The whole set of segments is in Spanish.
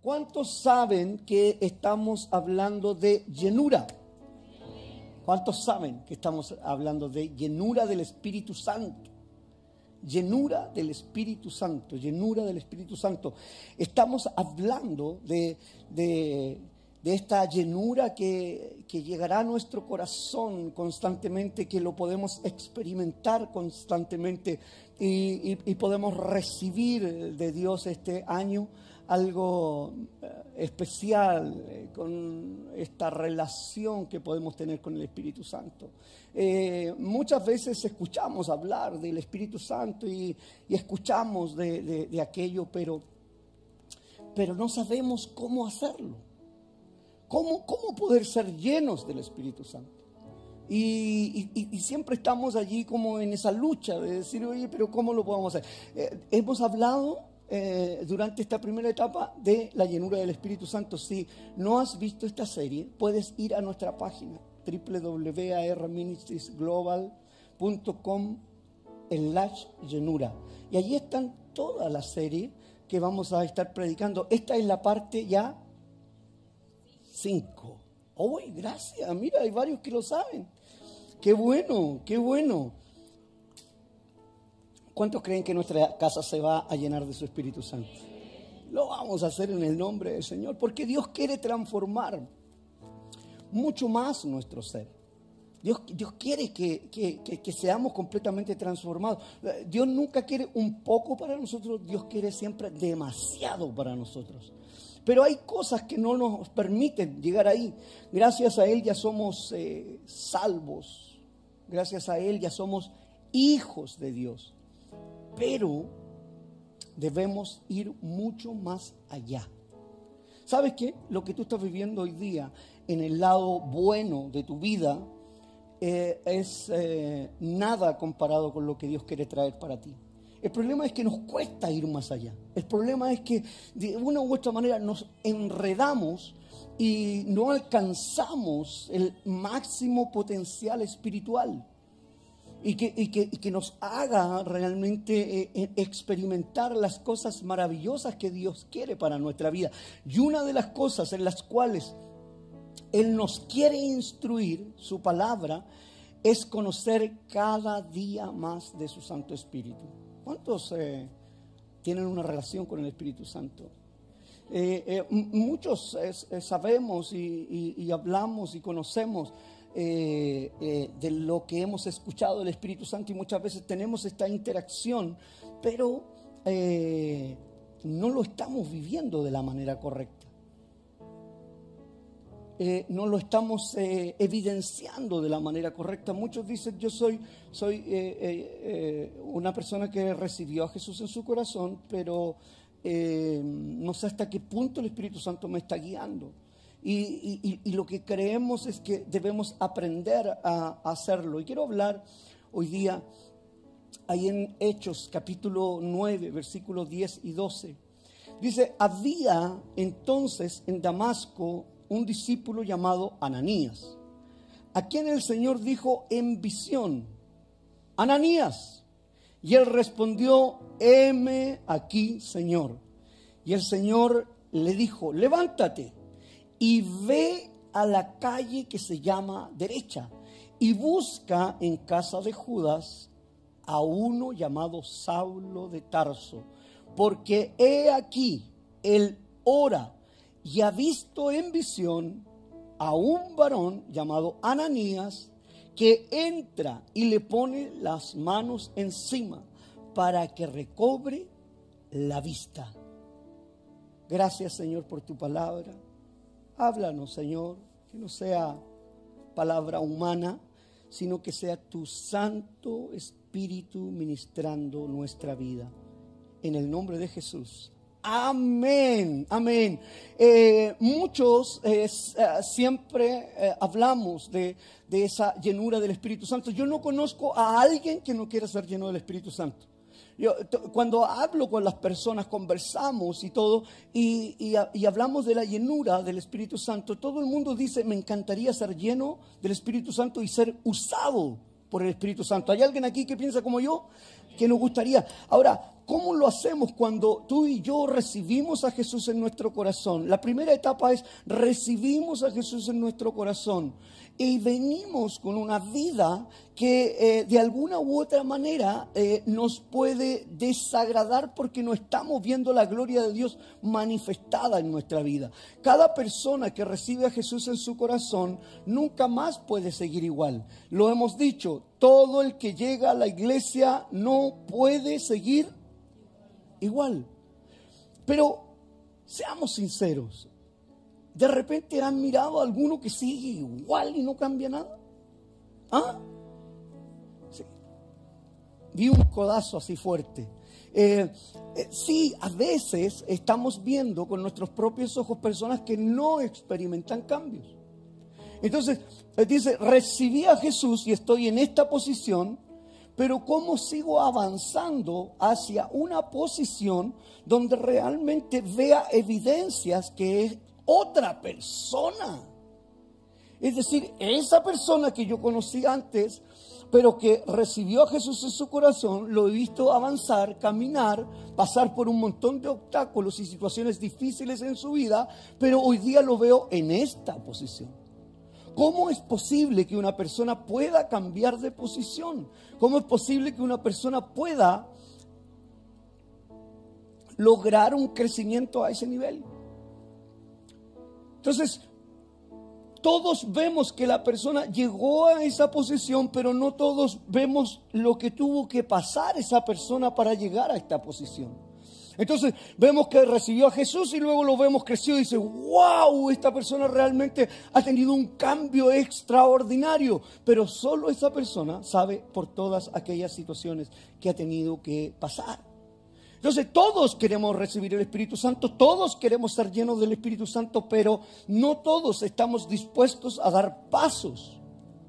¿Cuántos saben que estamos hablando de llenura? ¿Cuántos saben que estamos hablando de llenura del Espíritu Santo? Llenura del Espíritu Santo, llenura del Espíritu Santo. Estamos hablando de esta llenura que llegará a nuestro corazón constantemente, que lo podemos experimentar constantemente y podemos recibir de Dios este año algo especial con esta relación que podemos tener con el Espíritu Santo. Muchas veces escuchamos hablar del Espíritu Santo y escuchamos de aquello, pero no sabemos cómo hacerlo. ¿Cómo poder ser llenos del Espíritu Santo? Y siempre estamos allí como en esa lucha de decir, oye, pero ¿cómo lo podemos hacer? Hemos hablado durante esta primera etapa de la llenura del Espíritu Santo. Si no has visto esta serie, puedes ir a nuestra página www.arministriesglobal.com/llenura y allí están toda la serie que vamos a estar predicando. Esta es la parte ya 5. ¡Oh, gracias! Mira, hay varios que lo saben. ¡Qué bueno, qué bueno! ¿Cuántos creen que nuestra casa se va a llenar de su Espíritu Santo? Lo vamos a hacer en el nombre del Señor, porque Dios quiere transformar mucho más nuestro ser. Dios quiere que seamos completamente transformados. Dios nunca quiere un poco para nosotros, Dios quiere siempre demasiado para nosotros. Pero hay cosas que no nos permiten llegar ahí. Gracias a Él ya somos salvos. Gracias a Él ya somos hijos de Dios. Pero debemos ir mucho más allá. ¿Sabes qué? Lo que tú estás viviendo hoy día en el lado bueno de tu vida es nada comparado con lo que Dios quiere traer para ti. El problema es que nos cuesta ir más allá. El problema es que de una u otra manera nos enredamos y no alcanzamos el máximo potencial espiritual. Y que nos haga realmente experimentar las cosas maravillosas que Dios quiere para nuestra vida. Y una de las cosas en las cuales Él nos quiere instruir, su palabra, es conocer cada día más de su Santo Espíritu. ¿Cuántos tienen una relación con el Espíritu Santo? Muchos sabemos y hablamos y conocemos de lo que hemos escuchado del Espíritu Santo, y muchas veces tenemos esta interacción, pero no lo estamos viviendo de la manera correcta. No lo estamos evidenciando de la manera correcta. Muchos dicen, yo soy una persona que recibió a Jesús en su corazón, pero no sé hasta qué punto el Espíritu Santo me está guiando. Y lo que creemos es que debemos aprender a hacerlo. Y quiero hablar hoy día, ahí en Hechos capítulo 9, versículos 10 y 12. Dice, había entonces en Damasco un discípulo llamado Ananías, a quien el Señor dijo en visión, Ananías. Y él respondió, heme aquí, Señor. Y el Señor le dijo, levántate y ve a la calle que se llama Derecha y busca en casa de Judas a uno llamado Saulo de Tarso, porque he aquí, él ora y ha visto en visión a un varón llamado Ananías que entra y le pone las manos encima para que recobre la vista. Gracias, Señor, por tu palabra. Háblanos, Señor, que no sea palabra humana, sino que sea tu Santo Espíritu ministrando nuestra vida. En el nombre de Jesús. Amén, amén. Muchos siempre hablamos de esa llenura del Espíritu Santo. Yo no conozco a alguien que no quiera ser lleno del Espíritu Santo. Cuando hablo con las personas, conversamos y todo, y hablamos de la llenura del Espíritu Santo, todo el mundo dice, me encantaría ser lleno del Espíritu Santo y ser usado por el Espíritu Santo. ¿Hay alguien aquí que piensa como yo? Que nos gustaría. Ahora, ¿cómo lo hacemos cuando tú y yo recibimos a Jesús en nuestro corazón? La primera etapa es recibimos a Jesús en nuestro corazón y venimos con una vida que de alguna u otra manera nos puede desagradar porque no estamos viendo la gloria de Dios manifestada en nuestra vida. Cada persona que recibe a Jesús en su corazón nunca más puede seguir igual. Lo hemos dicho, todo el que llega a la iglesia no puede seguir igual. Pero seamos sinceros, ¿de repente han mirado a alguno que sigue igual y no cambia nada? ¿Ah? Sí. Vi un codazo así fuerte. Sí, a veces estamos viendo con nuestros propios ojos personas que no experimentan cambios. Entonces, dice, recibí a Jesús y estoy en esta posición, pero ¿cómo sigo avanzando hacia una posición donde realmente vea evidencias que es otra persona? Es decir, esa persona que yo conocí antes, pero que recibió a Jesús en su corazón, lo he visto avanzar, caminar, pasar por un montón de obstáculos y situaciones difíciles en su vida, pero hoy día lo veo en esta posición. ¿Cómo es posible que una persona pueda cambiar de posición? ¿Cómo es posible que una persona pueda lograr un crecimiento a ese nivel? Entonces, todos vemos que la persona llegó a esa posición, pero no todos vemos lo que tuvo que pasar esa persona para llegar a esta posición. Entonces vemos que recibió a Jesús y luego lo vemos creció y dice, wow, esta persona realmente ha tenido un cambio extraordinario. Pero solo esa persona sabe por todas aquellas situaciones que ha tenido que pasar. Entonces todos queremos recibir el Espíritu Santo, todos queremos ser llenos del Espíritu Santo, pero no todos estamos dispuestos a dar pasos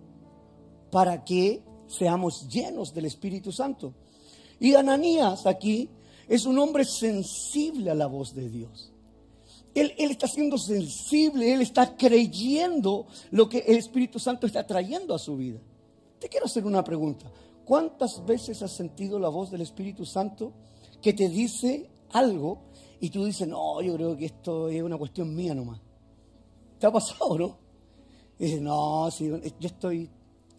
para que seamos llenos del Espíritu Santo. Y Ananías aquí es un hombre sensible a la voz de Dios. Él está siendo sensible, él está creyendo lo que el Espíritu Santo está trayendo a su vida. Te quiero hacer una pregunta. ¿Cuántas veces has sentido la voz del Espíritu Santo que te dice algo y tú dices, no, yo creo que esto es una cuestión mía nomás? ¿Te ha pasado, no? Y dices, no, sí, yo estoy...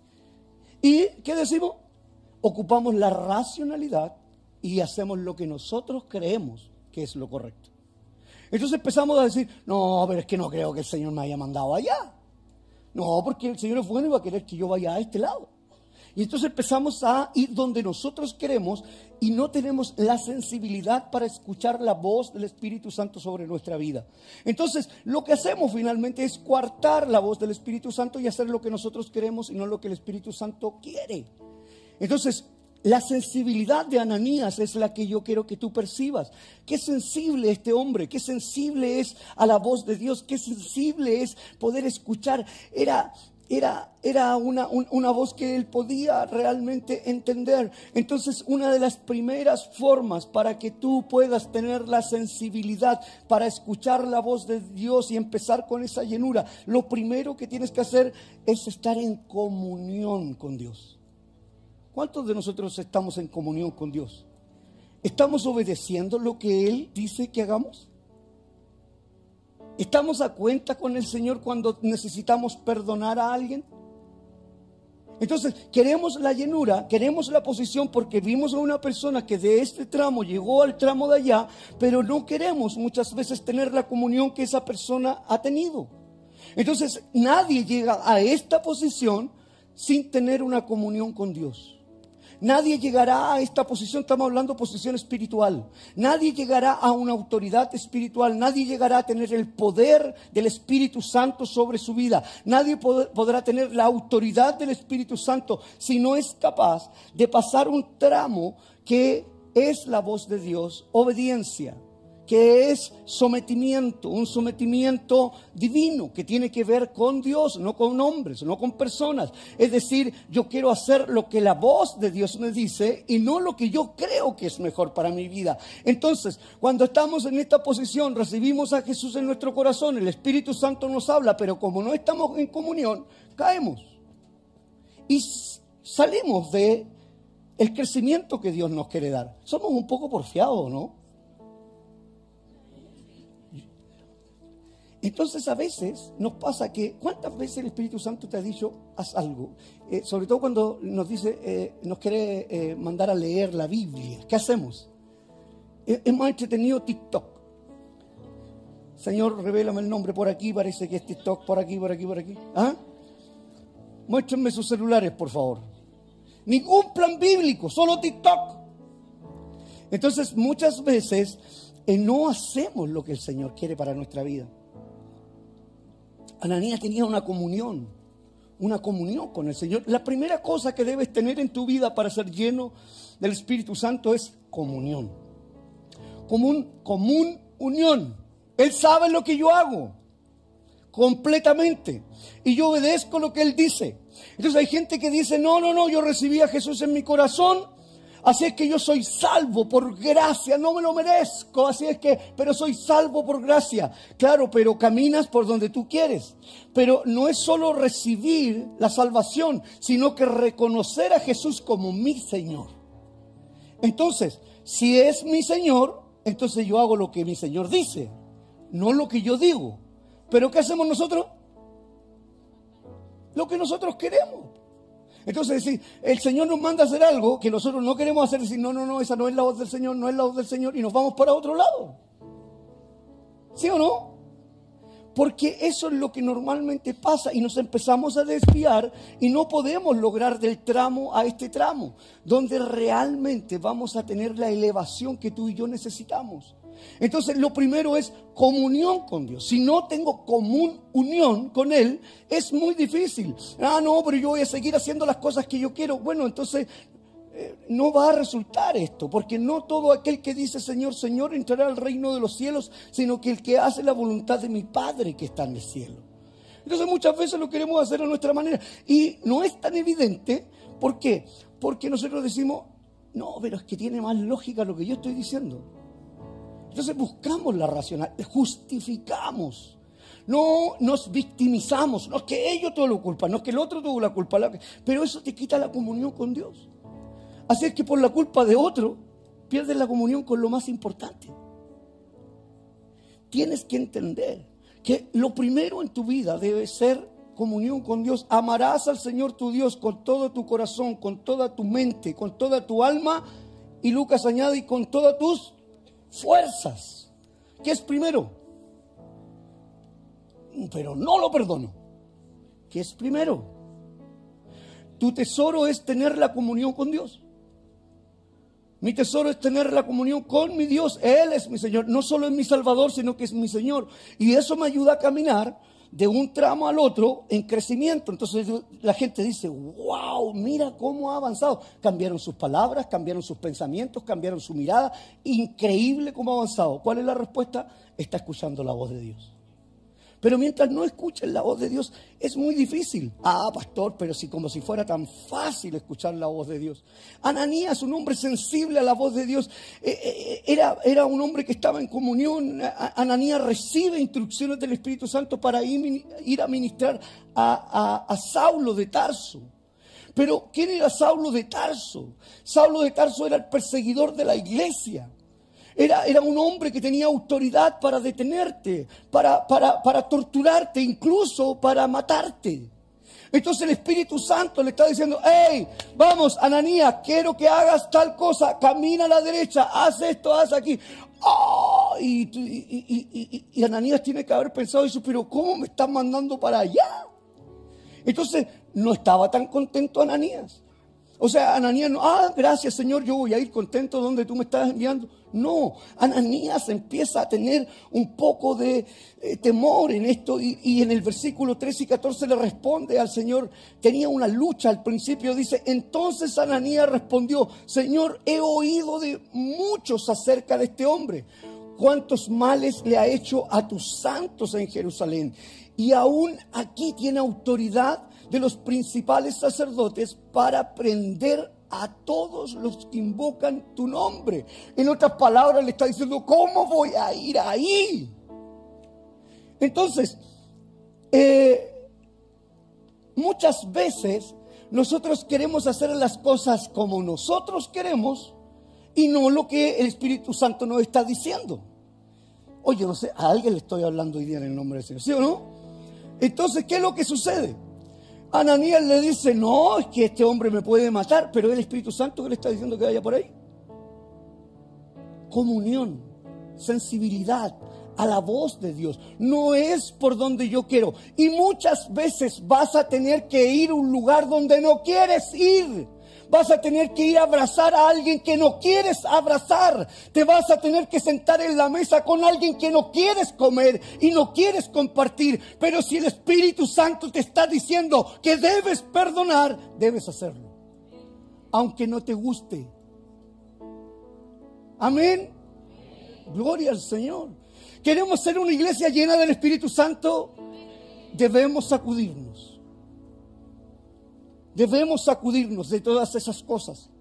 ¿Y qué decimos? Ocupamos la racionalidad y hacemos lo que nosotros creemos que es lo correcto. Entonces empezamos a decir, no, pero es que no creo que el Señor me haya mandado allá. No, porque el Señor es bueno y va a querer que yo vaya a este lado. Y entonces empezamos a ir donde nosotros queremos y no tenemos la sensibilidad para escuchar la voz del Espíritu Santo sobre nuestra vida. Entonces, lo que hacemos finalmente es coartar la voz del Espíritu Santo y hacer lo que nosotros queremos y no lo que el Espíritu Santo quiere. Entonces, la sensibilidad de Ananías es la que yo quiero que tú percibas. Qué sensible este hombre, qué sensible es a la voz de Dios, qué sensible es poder escuchar. Era una voz que él podía realmente entender. Entonces, una de las primeras formas para que tú puedas tener la sensibilidad para escuchar la voz de Dios y empezar con esa llenura, lo primero que tienes que hacer es estar en comunión con Dios. ¿Cuántos de nosotros estamos en comunión con Dios? ¿Estamos obedeciendo lo que Él dice que hagamos? ¿Estamos a cuenta con el Señor cuando necesitamos perdonar a alguien? Entonces, queremos la llenura, queremos la posición porque vimos a una persona que de este tramo llegó al tramo de allá, pero no queremos muchas veces tener la comunión que esa persona ha tenido. Entonces, nadie llega a esta posición sin tener una comunión con Dios. Nadie llegará a esta posición, estamos hablando de posición espiritual. Nadie llegará a una autoridad espiritual. Nadie llegará a tener el poder del Espíritu Santo sobre su vida. Nadie podrá tener la autoridad del Espíritu Santo si no es capaz de pasar un tramo que es la voz de Dios, obediencia, que es sometimiento, un sometimiento divino que tiene que ver con Dios, no con hombres, no con personas. Es decir, yo quiero hacer lo que la voz de Dios me dice y no lo que yo creo que es mejor para mi vida. Entonces, cuando estamos en esta posición, recibimos a Jesús en nuestro corazón, el Espíritu Santo nos habla, pero como no estamos en comunión, caemos y salimos de el crecimiento que Dios nos quiere dar. Somos un poco porfiados, ¿no? Entonces a veces nos pasa que, ¿cuántas veces el Espíritu Santo te ha dicho, haz algo? Sobre todo cuando nos dice, nos quiere mandar a leer la Biblia. ¿Qué hacemos? Hemos entretenido TikTok. Señor, revélame el nombre por aquí, parece que es TikTok, por aquí, por aquí, por aquí. ¿Ah? Muéstrenme sus celulares, por favor. Ningún plan bíblico, solo TikTok. Entonces muchas veces no hacemos lo que el Señor quiere para nuestra vida. Ananías tenía una comunión con el Señor. La primera cosa que debes tener en tu vida para ser lleno del Espíritu Santo es comunión. Común unión. Él sabe lo que yo hago completamente y yo obedezco lo que Él dice. Entonces hay gente que dice, no, yo recibí a Jesús en mi corazón, así es que yo soy salvo por gracia, no me lo merezco, pero soy salvo por gracia. Claro, pero caminas por donde tú quieres. Pero no es solo recibir la salvación, sino que reconocer a Jesús como mi Señor. Entonces, si es mi Señor, entonces yo hago lo que mi Señor dice, no lo que yo digo. ¿Pero qué hacemos nosotros? Lo que nosotros queremos. Entonces, si el Señor nos manda a hacer algo que nosotros no queremos hacer, decir, no, esa no es la voz del Señor, no es la voz del Señor, y nos vamos para otro lado. ¿Sí o no? Porque eso es lo que normalmente pasa y nos empezamos a desviar y no podemos lograr del tramo a este tramo, donde realmente vamos a tener la elevación que tú y yo necesitamos. Entonces lo primero es comunión con Dios. Si no tengo unión con Él, es muy difícil. No, pero yo voy a seguir haciendo las cosas que yo quiero. Bueno, entonces no va a resultar esto, porque no todo aquel que dice Señor, Señor entrará al reino de los cielos, sino que el que hace la voluntad de mi Padre que está en el cielo. Entonces muchas veces lo queremos hacer a nuestra manera y no es tan evidente. ¿Por qué? Porque nosotros decimos, no, pero es que tiene más lógica lo que yo estoy diciendo. Entonces buscamos la racional, justificamos, no nos victimizamos, no es que ellos tuvo la culpa, no es que el otro tuvo la culpa, pero eso te quita la comunión con Dios. Así es que por la culpa de otro pierdes la comunión con lo más importante. Tienes que entender que lo primero en tu vida debe ser comunión con Dios. Amarás al Señor tu Dios con todo tu corazón, con toda tu mente, con toda tu alma, y Lucas añade, y con todas tus fuerzas. ¿Qué es primero? Pero no lo perdono. ¿Qué es primero? Tu tesoro es tener la comunión con Dios. Mi tesoro es tener la comunión con mi Dios. Él es mi Señor. No solo es mi Salvador, sino que es mi Señor. Y eso me ayuda a caminar de un tramo al otro en crecimiento. Entonces la gente dice, wow, mira cómo ha avanzado. Cambiaron sus palabras, cambiaron sus pensamientos, cambiaron su mirada. Increíble cómo ha avanzado. ¿Cuál es la respuesta? Está escuchando la voz de Dios. Pero mientras no escuchen la voz de Dios, es muy difícil. Pastor, pero si como si fuera tan fácil escuchar la voz de Dios. Ananías, un hombre sensible a la voz de Dios, era un hombre que estaba en comunión. Ananías recibe instrucciones del Espíritu Santo para ir a ministrar a Saulo de Tarso. Pero ¿quién era Saulo de Tarso? Saulo de Tarso era el perseguidor de la iglesia. Era un hombre que tenía autoridad para detenerte, para torturarte, incluso para matarte. Entonces el Espíritu Santo le está diciendo, hey, vamos, Ananías, quiero que hagas tal cosa, camina a la derecha, haz esto, haz aquí. Y Ananías tiene que haber pensado eso, pero ¿cómo me están mandando para allá? Entonces no estaba tan contento Ananías. O sea, Ananías no, gracias Señor, yo voy a ir contento donde tú me estás enviando. No, Ananías empieza a tener un poco de temor en esto y en el versículo 13 y 14 le responde al Señor. Tenía una lucha al principio, dice, entonces Ananías respondió, Señor, he oído de muchos acerca de este hombre, cuántos males le ha hecho a tus santos en Jerusalén. Y aún aquí tiene autoridad de los principales sacerdotes para prender a todos los que invocan tu nombre. En otras palabras le está diciendo, ¿cómo voy a ir ahí? Entonces, muchas veces Nosotros queremos hacer las cosas como nosotros queremos y no lo que el Espíritu Santo nos está diciendo. Oye, no sé, a alguien le estoy hablando hoy día en el nombre del Señor, ¿sí o no? Entonces, ¿qué es lo que sucede? Ananías le dice, no, es que este hombre me puede matar, pero es el Espíritu Santo que le está diciendo que vaya por ahí. Comunión, sensibilidad a la voz de Dios. No es por donde yo quiero. Y muchas veces vas a tener que ir a un lugar donde no quieres ir. Vas a tener que ir a abrazar a alguien que no quieres abrazar. Te vas a tener que sentar en la mesa con alguien que no quieres comer y no quieres compartir. Pero si el Espíritu Santo te está diciendo que debes perdonar, debes hacerlo. Aunque no te guste. Amén. Gloria al Señor. ¿Queremos ser una iglesia llena del Espíritu Santo? Debemos sacudirnos. Debemos sacudirnos de todas esas cosas.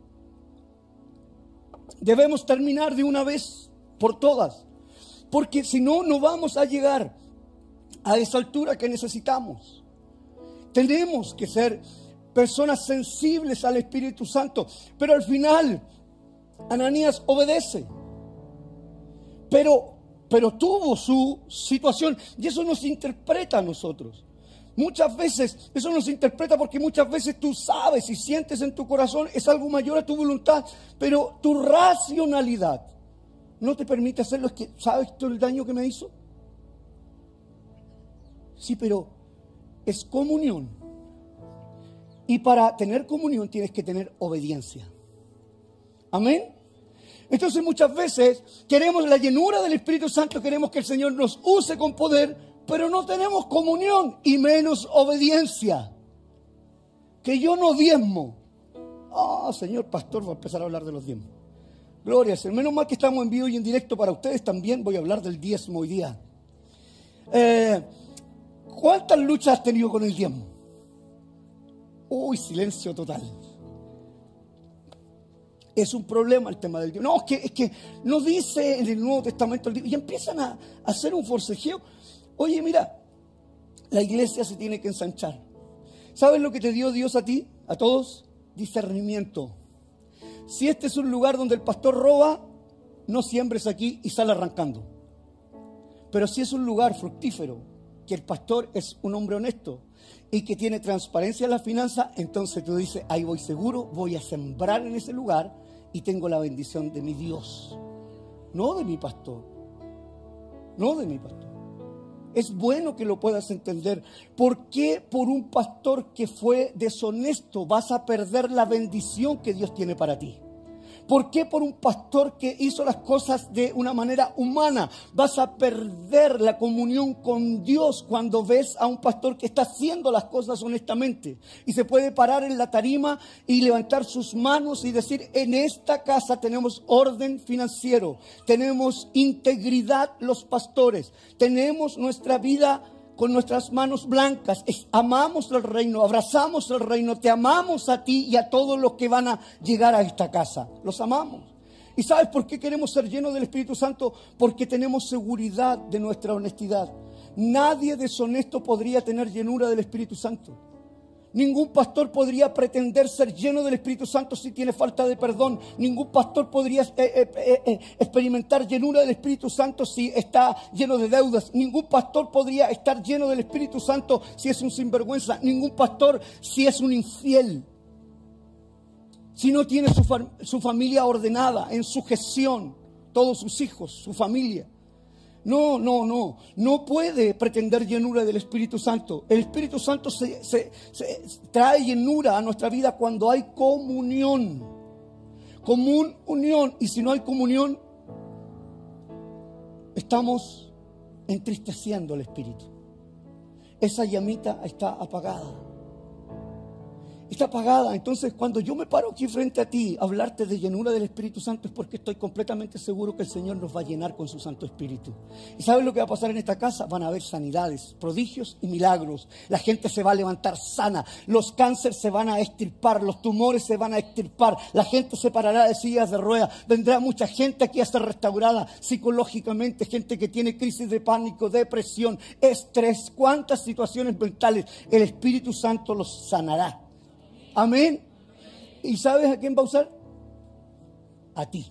Debemos terminar de una vez por todas. Porque si no, no vamos a llegar a esa altura que necesitamos. Tenemos que ser personas sensibles al Espíritu Santo. Pero al final, Ananías obedece. Pero tuvo su situación. Y eso nos interpreta a nosotros. Muchas veces, eso nos interpreta porque muchas veces tú sabes y sientes en tu corazón es algo mayor a tu voluntad, pero tu racionalidad no te permite hacerlo. Es que, ¿sabes todo el daño que me hizo? Sí, pero es comunión. Y para tener comunión tienes que tener obediencia. Amén. Entonces muchas veces queremos la llenura del Espíritu Santo, queremos que el Señor nos use con poder, pero no tenemos comunión y menos obediencia. Que yo no diezmo. Señor pastor, va a empezar a hablar de los diezmos. Gloria al Señor. Menos mal que estamos en vivo y en directo para ustedes también. Voy a hablar del diezmo hoy día. ¿Cuántas luchas has tenido con el diezmo? Silencio total. Es un problema el tema del diezmo. No, es que no dice en el Nuevo Testamento el diezmo. Y empiezan a hacer un forcejeo. Oye, mira, la iglesia se tiene que ensanchar. ¿Sabes lo que te dio Dios a ti, a todos? Discernimiento. Si este es un lugar donde el pastor roba, no siembres aquí y sale arrancando. Pero si es un lugar fructífero, que el pastor es un hombre honesto y que tiene transparencia en la finanza, entonces tú dices, ahí voy seguro, voy a sembrar en ese lugar y tengo la bendición de mi Dios. No de mi pastor. No de mi pastor. Es bueno que lo puedas entender. ¿Por qué por un pastor que fue deshonesto vas a perder la bendición que Dios tiene para ti? ¿Por qué por un pastor que hizo las cosas de una manera humana vas a perder la comunión con Dios cuando ves a un pastor que está haciendo las cosas honestamente? Y se puede parar en la tarima y levantar sus manos y decir, en esta casa tenemos orden financiero, tenemos integridad los pastores, tenemos nuestra vida con nuestras manos blancas, amamos el reino, abrazamos el reino, te amamos a ti y a todos los que van a llegar a esta casa. Los amamos. ¿Y sabes por qué queremos ser llenos del Espíritu Santo? Porque tenemos seguridad de nuestra honestidad. Nadie deshonesto podría tener llenura del Espíritu Santo. Ningún pastor podría pretender ser lleno del Espíritu Santo si tiene falta de perdón. Ningún pastor podría experimentar llenura del Espíritu Santo si está lleno de deudas. Ningún pastor podría estar lleno del Espíritu Santo si es un sinvergüenza. Ningún pastor si es un infiel. Si no tiene su familia ordenada, en sujeción, todos sus hijos, su familia. No puede pretender llenura del Espíritu Santo. El Espíritu Santo se trae llenura a nuestra vida cuando hay comunión. Unión. Y si no hay comunión, estamos entristeciendo el Espíritu. Esa llamita está apagada. Está apagada. Entonces, cuando yo me paro aquí frente a ti a hablarte de llenura del Espíritu Santo, es porque estoy completamente seguro que el Señor nos va a llenar con su Santo Espíritu. ¿Y sabes lo que va a pasar en esta casa? Van a haber sanidades, prodigios y milagros. La gente se va a levantar sana. Los cánceres se van a extirpar. Los tumores se van a extirpar. La gente se parará de sillas de ruedas. Vendrá mucha gente aquí a ser restaurada psicológicamente. Gente que tiene crisis de pánico, depresión, estrés. ¿Cuántas situaciones mentales? El Espíritu Santo los sanará. Amén. ¿Y sabes a quién va a usar? A ti.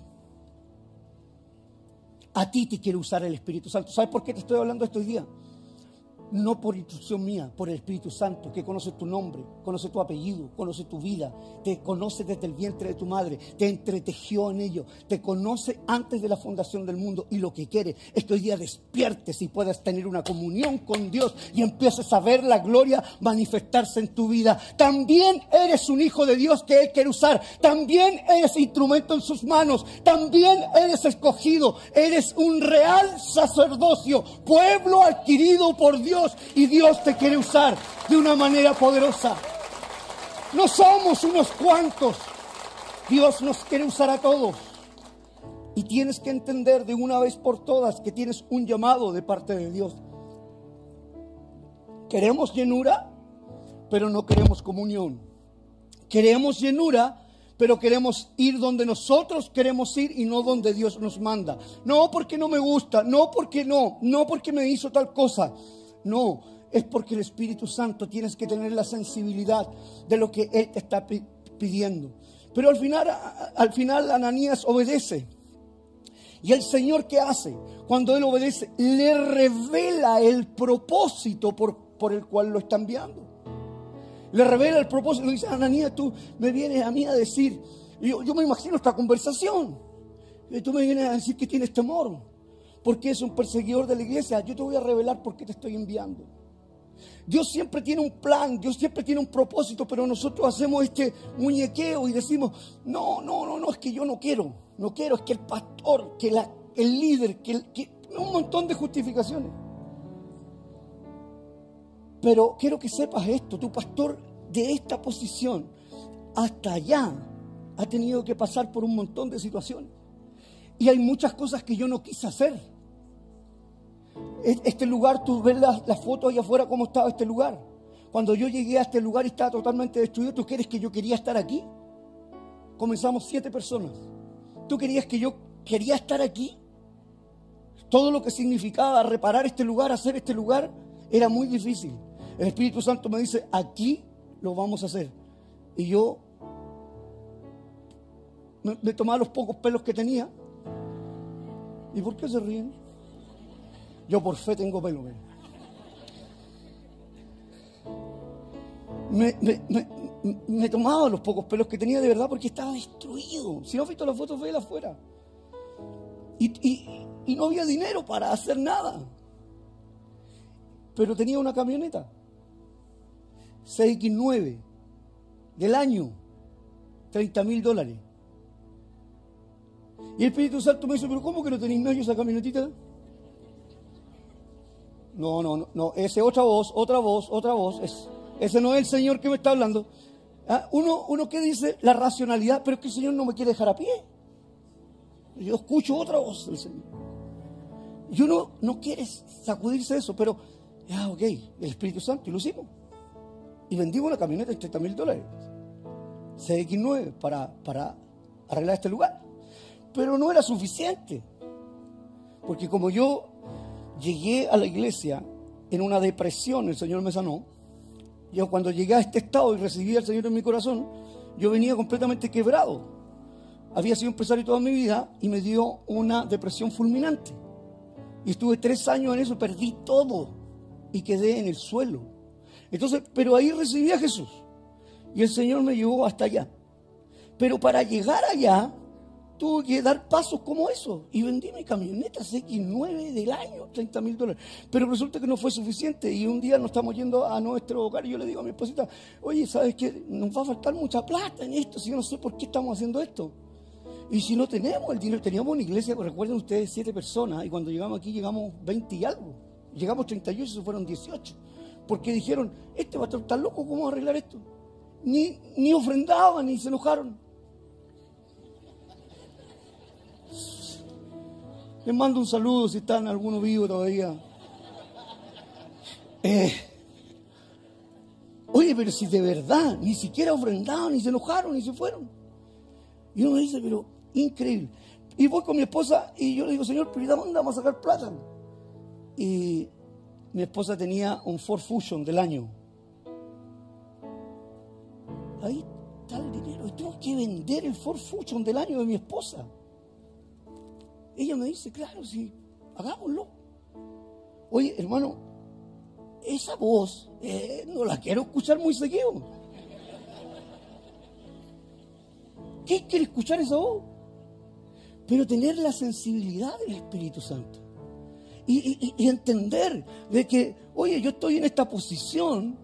A ti te quiere usar el Espíritu Santo. ¿Sabes por qué te estoy hablando esto hoy día? No por instrucción mía, por el Espíritu Santo, que conoce tu nombre, conoce tu apellido, conoce tu vida, te conoce desde el vientre de tu madre, te entretejió en ello, te conoce antes de la fundación del mundo, y lo que quiere es que hoy día despiertes y puedas tener una comunión con Dios y empieces a ver la gloria manifestarse en tu vida. También eres un hijo de Dios que Él quiere usar, también eres instrumento en sus manos, también eres escogido, eres un real sacerdocio, pueblo adquirido por Dios. Y Dios te quiere usar de una manera poderosa. No somos unos cuantos. Dios nos quiere usar a todos. Y tienes que entender de una vez por todas que tienes un llamado de parte de Dios. Queremos llenura, pero no queremos comunión. Queremos llenura, pero queremos ir donde nosotros queremos ir y no donde Dios nos manda. No porque no me gusta, no porque me hizo tal cosa. No, es porque el Espíritu Santo tienes que tener la sensibilidad de lo que Él te está pidiendo. Pero al final Ananías obedece. Y el Señor, ¿qué hace? Cuando Él obedece, le revela el propósito por el cual lo está enviando. Le revela el propósito. Le dice: Ananías, tú me vienes a mí a decir, yo me imagino esta conversación, y tú me vienes a decir que tienes temor porque es un perseguidor de la iglesia. Yo te voy a revelar por qué te estoy enviando. Dios siempre tiene un plan, Dios siempre tiene un propósito, pero nosotros hacemos este muñequeo y decimos: no, es que yo no quiero, es que el pastor, que el líder, que un montón de justificaciones. Pero quiero que sepas esto: tu pastor de esta posición hasta allá ha tenido que pasar por un montón de situaciones. Y hay muchas cosas que yo no quise hacer. Este lugar, tú ves las fotos allá afuera, cómo estaba este lugar. Cuando yo llegué a este lugar y estaba totalmente destruido, ¿tú crees que yo quería estar aquí? Comenzamos 7 personas. ¿Tú querías que yo quería estar aquí? Todo lo que significaba reparar este lugar, hacer este lugar, era muy difícil. El Espíritu Santo me dice: aquí lo vamos a hacer. Y yo me tomaba los pocos pelos que tenía. ¿Y por qué se ríen? Yo por fe tengo pelo. Me tomaba los pocos pelos que tenía de verdad porque estaba destruido. Si no has visto las fotos, véala afuera. Y no había dinero para hacer nada. Pero tenía una camioneta 6X9 del año, $30,000. Y el Espíritu Santo me dice: ¿pero cómo que no tenéis medio esa camionetita? No, ese otra voz. Ese no es el Señor que me está hablando. Uno que dice la racionalidad, pero es que el Señor no me quiere dejar a pie. Yo escucho otra voz del Señor. Y uno no quiere sacudirse eso, pero ok, el Espíritu Santo, y lo hicimos. Y vendimos la camioneta de $30,000. CX9 para arreglar este lugar. Pero no era suficiente. Porque como yo llegué a la iglesia en una depresión, el Señor me sanó. Yo cuando llegué a este estado y recibí al Señor en mi corazón, yo venía completamente quebrado. Había sido empresario toda mi vida y me dio una depresión fulminante. Y estuve 3 años en eso, perdí todo y quedé en el suelo. Entonces, pero ahí recibí a Jesús y el Señor me llevó hasta allá. Pero para llegar allá tuve que dar pasos como eso. Y vendí mi camioneta X9 del año, $30,000. Pero resulta que no fue suficiente. Y un día nos estamos yendo a nuestro hogar y yo le digo a mi esposita: oye, ¿sabes qué? Nos va a faltar mucha plata en esto. Si yo no sé por qué estamos haciendo esto. Y si no tenemos el dinero, teníamos una iglesia, recuerden ustedes, 7 personas. Y cuando llegamos aquí llegamos 20 y algo. Llegamos 38 y se fueron 18. Porque dijeron: este va a estar tan loco, ¿cómo va a arreglar esto? Ni ofrendaban, ni se enojaron. Les mando un saludo si están algunos vivos todavía. Oye, pero si de verdad ni siquiera ofrendaban, ni se enojaron, ni se fueron. Y uno me dice: pero increíble. Y voy con mi esposa y yo le digo: Señor, pero ¿de dónde vamos a sacar plata? Y mi esposa tenía un Ford Fusion del año. Ahí vender el Ford Fusion del año de mi esposa. Ella me dice, claro, sí, hagámoslo. Oye, hermano, esa voz no la quiero escuchar muy seguido. ¿Qué quiere escuchar esa voz? Pero tener la sensibilidad del Espíritu Santo. Y entender de que, oye, yo estoy en esta posición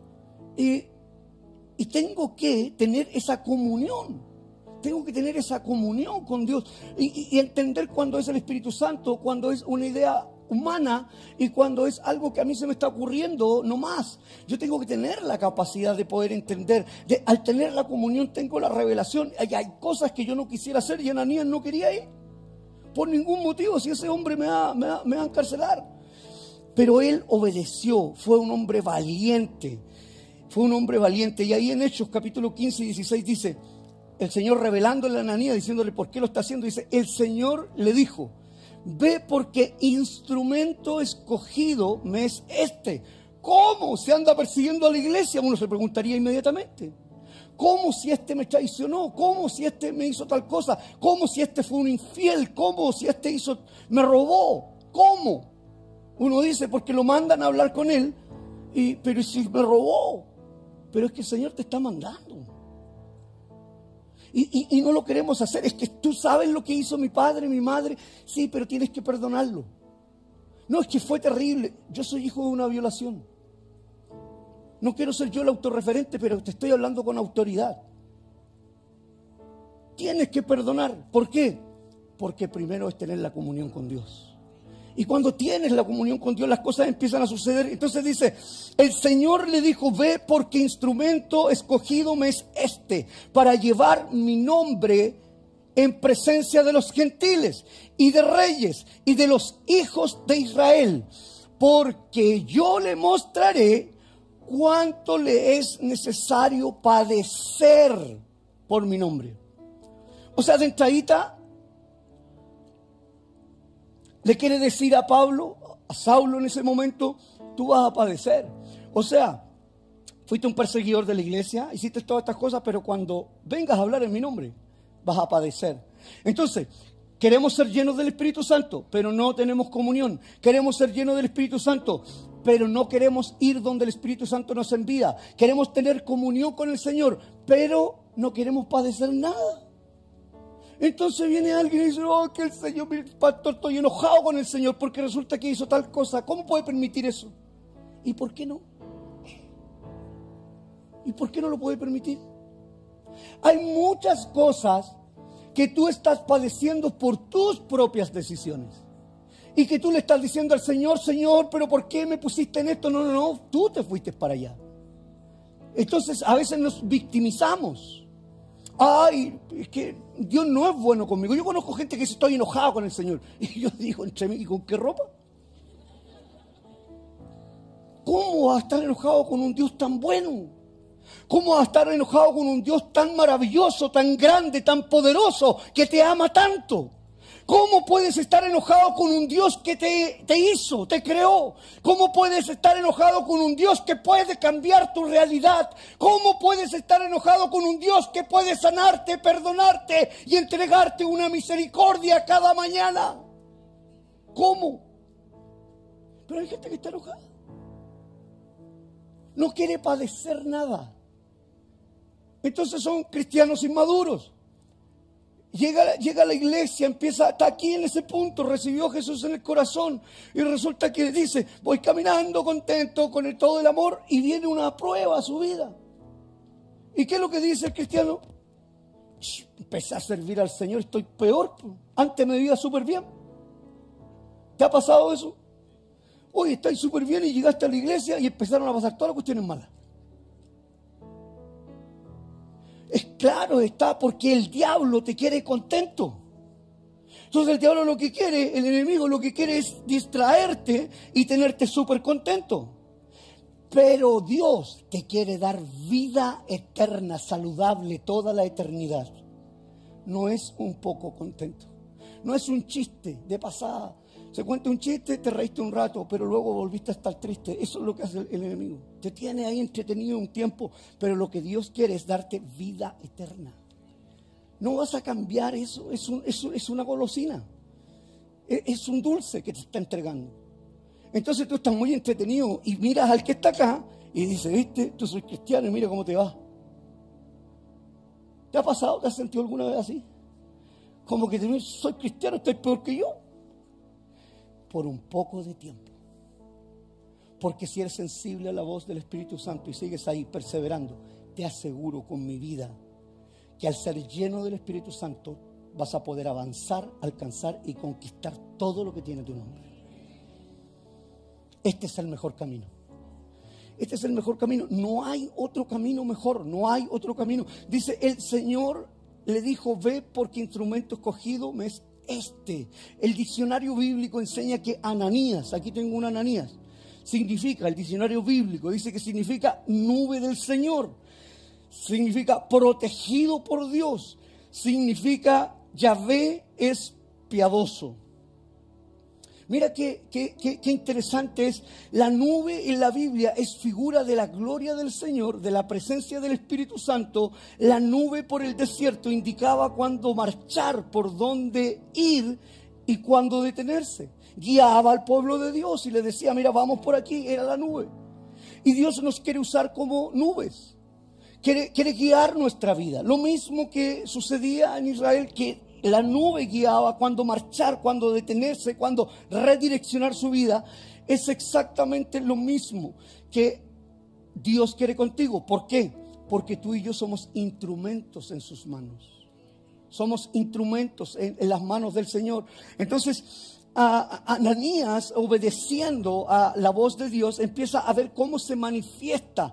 y tengo que tener esa comunión. Tengo que tener esa comunión con Dios y entender cuando es el Espíritu Santo, cuando es una idea humana y cuando es algo que a mí se me está ocurriendo, no más. Yo tengo que tener la capacidad de poder entender. Al tener la comunión tengo la revelación. Hay cosas que yo no quisiera hacer y Ananías no quería ir. Por ningún motivo, si ese hombre me va a encarcelar. Pero él obedeció, fue un hombre valiente. Fue un hombre valiente. Y ahí en Hechos capítulo 15 y 16 dice, el Señor revelándole a Ananías, diciéndole por qué lo está haciendo, dice, el Señor le dijo, ve porque instrumento escogido me es este. ¿Cómo se anda persiguiendo a la iglesia? Uno se preguntaría inmediatamente. ¿Cómo si este me traicionó? ¿Cómo si este me hizo tal cosa? ¿Cómo si este fue un infiel? ¿Cómo si este me robó? ¿Cómo? Uno dice, porque lo mandan a hablar con él, pero si me robó. Pero es que el Señor te está mandando. Y no lo queremos hacer. Es que tú sabes lo que hizo mi padre, mi madre. Sí, pero tienes que perdonarlo. No, es que fue terrible. Yo soy hijo de una violación. No quiero ser yo el autorreferente, pero te estoy hablando con autoridad. Tienes que perdonar. ¿Por qué? Porque primero es tener la comunión con Dios. Y cuando tienes la comunión con Dios, las cosas empiezan a suceder. Entonces dice, el Señor le dijo, ve porque instrumento escogido me es este, para llevar mi nombre en presencia de los gentiles y de reyes y de los hijos de Israel. Porque yo le mostraré cuánto le es necesario padecer por mi nombre. O sea, de entradita le quiere decir a Pablo, a Saulo en ese momento, tú vas a padecer. O sea, fuiste un perseguidor de la iglesia, hiciste todas estas cosas, pero cuando vengas a hablar en mi nombre, vas a padecer. Entonces, queremos ser llenos del Espíritu Santo, pero no tenemos comunión. Queremos ser llenos del Espíritu Santo, pero no queremos ir donde el Espíritu Santo nos envía. Queremos tener comunión con el Señor, pero no queremos padecer nada. Entonces viene alguien y dice, oh, que el Señor, mi pastor, estoy enojado con el Señor porque resulta que hizo tal cosa. ¿Cómo puede permitir eso? ¿Y por qué no? ¿Y por qué no lo puede permitir? Hay muchas cosas que tú estás padeciendo por tus propias decisiones. Y que tú le estás diciendo al Señor, Señor, pero ¿por qué me pusiste en esto? No, tú te fuiste para allá. Entonces a veces nos victimizamos. Ay, es que Dios no es bueno conmigo. Yo conozco gente que dice, estoy enojado con el Señor. Y yo digo, entre mí, ¿y con qué ropa? ¿Cómo vas a estar enojado con un Dios tan bueno? ¿Cómo vas a estar enojado con un Dios tan maravilloso, tan grande, tan poderoso, que te ama tanto? ¿Cómo puedes estar enojado con un Dios que te hizo, te creó? ¿Cómo puedes estar enojado con un Dios que puede cambiar tu realidad? ¿Cómo puedes estar enojado con un Dios que puede sanarte, perdonarte y entregarte una misericordia cada mañana? ¿Cómo? Pero hay gente que está enojada. No quiere padecer nada. Entonces son cristianos inmaduros. Llega a la iglesia, está aquí en ese punto, recibió a Jesús en el corazón y resulta que dice, voy caminando contento con todo el amor y viene una prueba a su vida. ¿Y qué es lo que dice el cristiano? Empecé a servir al Señor, estoy peor. Antes me vivía súper bien. ¿Te ha pasado eso? Hoy estás súper bien y llegaste a la iglesia y empezaron a pasar todas las cuestiones malas. Es claro, está porque el diablo te quiere contento. Entonces el diablo lo que quiere, el enemigo lo que quiere es distraerte y tenerte súper contento. Pero Dios te quiere dar vida eterna, saludable, toda la eternidad. No es un poco contento. No es un chiste de pasada. Se cuenta un chiste, te reíste un rato, pero luego volviste a estar triste. Eso es lo que hace el enemigo. Te tiene ahí entretenido un tiempo, pero lo que Dios quiere es darte vida eterna. no vas a cambiar eso. Es una golosina. Es un dulce que te está entregando. Entonces tú estás muy entretenido y miras al que está acá y dices, viste, tú soy cristiano y mira cómo te va. ¿Te ha pasado? ¿Te has sentido alguna vez así? Como que soy cristiano, estoy peor que yo. Por un poco de tiempo. Porque si eres sensible a la voz del Espíritu Santo y sigues ahí perseverando, te aseguro con mi vida que al ser lleno del Espíritu Santo vas a poder avanzar, alcanzar y conquistar todo lo que tiene tu nombre. Este es el mejor camino. Este es el mejor camino. No hay otro camino mejor. No hay otro camino. Dice, el Señor le dijo, ve porque instrumento escogido me es este. El diccionario bíblico enseña que Ananías, aquí tengo un Ananías, significa, el diccionario bíblico dice que significa nube del Señor. Significa protegido por Dios. Significa Yahvé es piadoso. Mira qué interesante es. La nube en la Biblia es figura de la gloria del Señor, de la presencia del Espíritu Santo. La nube por el desierto indicaba cuándo marchar, por dónde ir y cuándo detenerse. Guiaba al pueblo de Dios y le decía, mira, vamos por aquí, era la nube. Y Dios nos quiere usar como nubes. Quiere guiar nuestra vida. Lo mismo que sucedía en Israel, que la nube guiaba cuando marchar, cuando detenerse, cuando redireccionar su vida. Es exactamente lo mismo que Dios quiere contigo. ¿Por qué? Porque tú y yo somos instrumentos en sus manos. Somos instrumentos en las manos del Señor. Entonces, Ananías, obedeciendo a la voz de Dios, empieza a ver cómo se manifiesta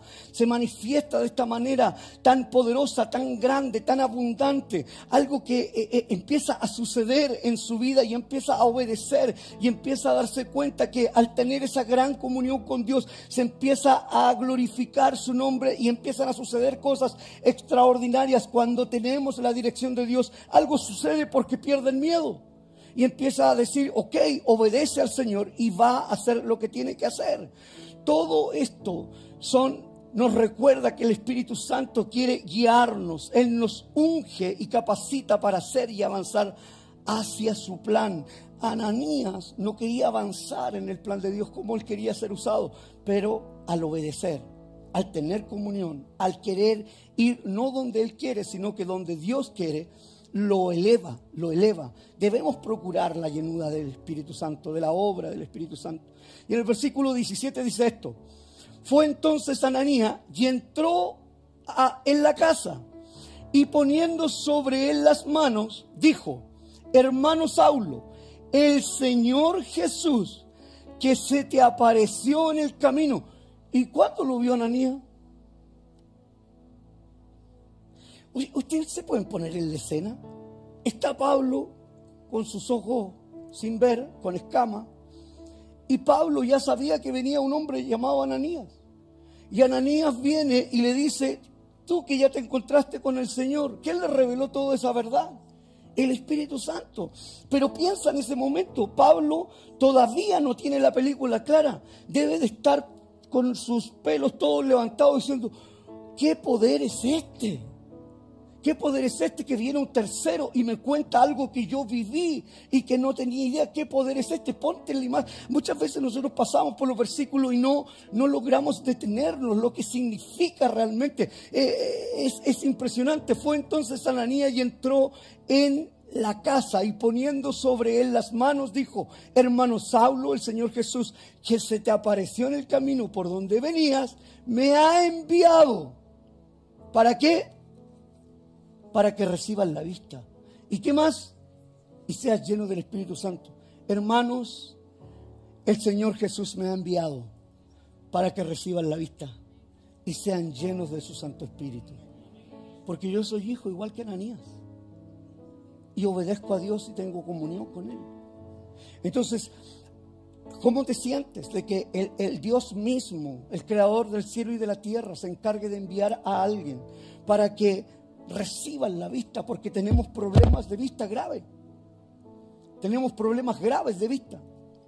de esta manera tan poderosa, tan grande, tan abundante, algo que empieza a suceder en su vida y empieza a obedecer y empieza a darse cuenta que al tener esa gran comunión con Dios se empieza a glorificar su nombre y empiezan a suceder cosas extraordinarias. Cuando tenemos la dirección de Dios, algo sucede porque pierde el miedo. Y empieza a decir, ok, obedece al Señor y va a hacer lo que tiene que hacer. Todo esto nos recuerda que el Espíritu Santo quiere guiarnos. Él nos unge y capacita para hacer y avanzar hacia su plan. Ananías no quería avanzar en el plan de Dios como él quería ser usado, pero al obedecer, al tener comunión, al querer ir no donde él quiere, sino que donde Dios quiere, lo eleva. Debemos procurar la llenura del Espíritu Santo, de la obra del Espíritu Santo. Y en el versículo 17 dice esto: fue entonces Ananías y entró en la casa, y poniendo sobre él las manos, dijo: hermano Saulo, el Señor Jesús, que se te apareció en el camino. ¿Y cuándo lo vio Ananías? Ustedes se pueden poner en la escena. Está Pablo con sus ojos sin ver, con escamas, y Pablo ya sabía que venía un hombre llamado Ananías. Y Ananías viene y le dice: tú que ya te encontraste con el Señor. ¿Quién le reveló toda esa verdad? El Espíritu Santo. Pero piensa en ese momento, Pablo todavía no tiene la película clara. Debe de estar con sus pelos todos levantados diciendo: ¿qué poder es este? ¿Qué poder es este que viene un tercero y me cuenta algo que yo viví y que no tenía idea? ¿Qué poder es este? Ponte en la imagen. Muchas veces nosotros pasamos por los versículos y no logramos detenernos, lo que significa realmente. Es impresionante. Fue entonces Ananías y entró en la casa, y poniendo sobre él las manos dijo: hermano Saulo, el Señor Jesús, que se te apareció en el camino por donde venías, me ha enviado. ¿Para qué? Para que recibas la vista. ¿Y qué más? Y seas lleno del Espíritu Santo. Hermanos, el Señor Jesús me ha enviado para que reciban la vista y sean llenos de su Santo Espíritu. Porque yo soy hijo igual que Ananías, y obedezco a Dios y tengo comunión con Él. Entonces, ¿cómo te sientes de que el Dios mismo, el creador del cielo y de la tierra, se encargue de enviar a alguien para que reciban la vista? Porque tenemos problemas de vista graves. Tenemos problemas graves de vista.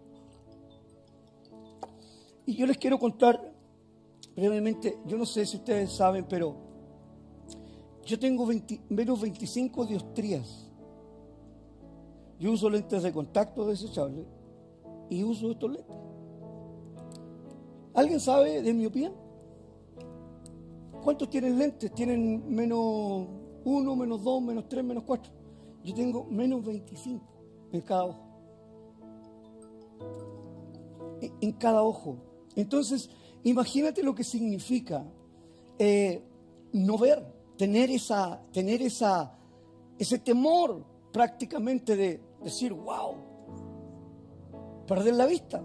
Y yo les quiero contar brevemente, yo no sé si ustedes saben, pero Yo tengo menos 25 dioptrías. Yo uso lentes de contacto desechables y uso estos lentes. ¿Alguien sabe de miopía? ¿Cuántos tienen lentes? Tienen menos 1, menos 2, menos 3, menos 4. Yo tengo menos 25 en cada ojo. En cada ojo. Entonces, imagínate lo que significa no ver, tener ese temor prácticamente de decir, wow, perder la vista.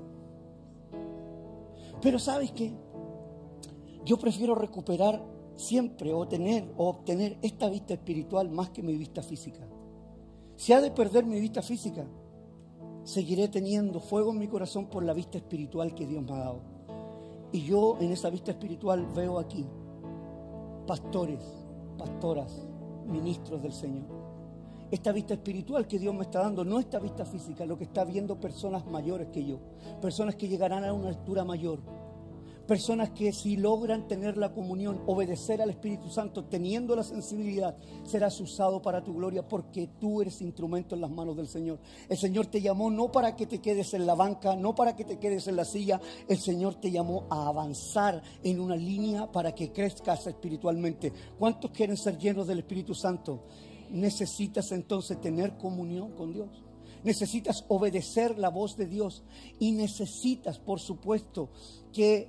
Pero ¿sabes qué? Yo prefiero recuperar siempre o obtener esta vista espiritual más que mi vista física. Si ha de perder mi vista física, seguiré teniendo fuego en mi corazón por la vista espiritual que Dios me ha dado. Y yo en esa vista espiritual veo aquí pastores, pastoras, ministros del Señor. Esta vista espiritual que Dios me está dando, no esta vista física, lo que está viendo personas mayores que yo, personas que llegarán a una altura mayor, personas que si logran tener la comunión, obedecer al Espíritu Santo, teniendo la sensibilidad, serás usado para tu gloria porque tú eres instrumento en las manos del Señor. El Señor te llamó no para que te quedes en la banca, no para que te quedes en la silla. El Señor te llamó a avanzar en una línea para que crezcas espiritualmente. ¿Cuántos quieren ser llenos del Espíritu Santo? Necesitas entonces tener comunión con Dios. Necesitas obedecer la voz de Dios y necesitas, por supuesto, que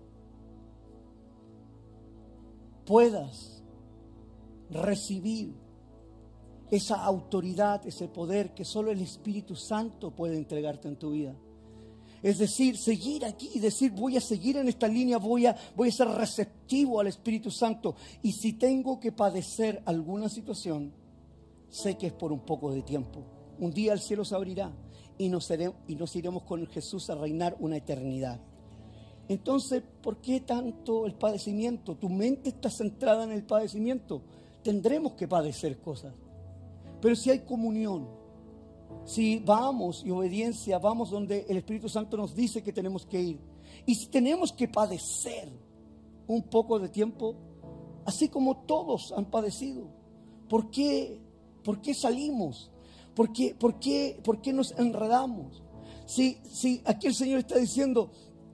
puedas recibir esa autoridad, ese poder que solo el Espíritu Santo puede entregarte en tu vida. Es decir, seguir aquí y decir, voy a seguir en esta línea, voy a ser receptivo al Espíritu Santo. Y si tengo que padecer alguna situación, sé que es por un poco de tiempo. Un día el cielo se abrirá y nos iremos con Jesús a reinar una eternidad. Entonces, ¿por qué tanto el padecimiento? Tu mente está centrada en el padecimiento. Tendremos que padecer cosas. Pero si hay comunión, si vamos y obediencia, vamos donde el Espíritu Santo nos dice que tenemos que ir. Y si tenemos que padecer un poco de tiempo, así como todos han padecido, ¿por qué salimos? ¿Por qué nos enredamos? Si aquí el Señor está diciendo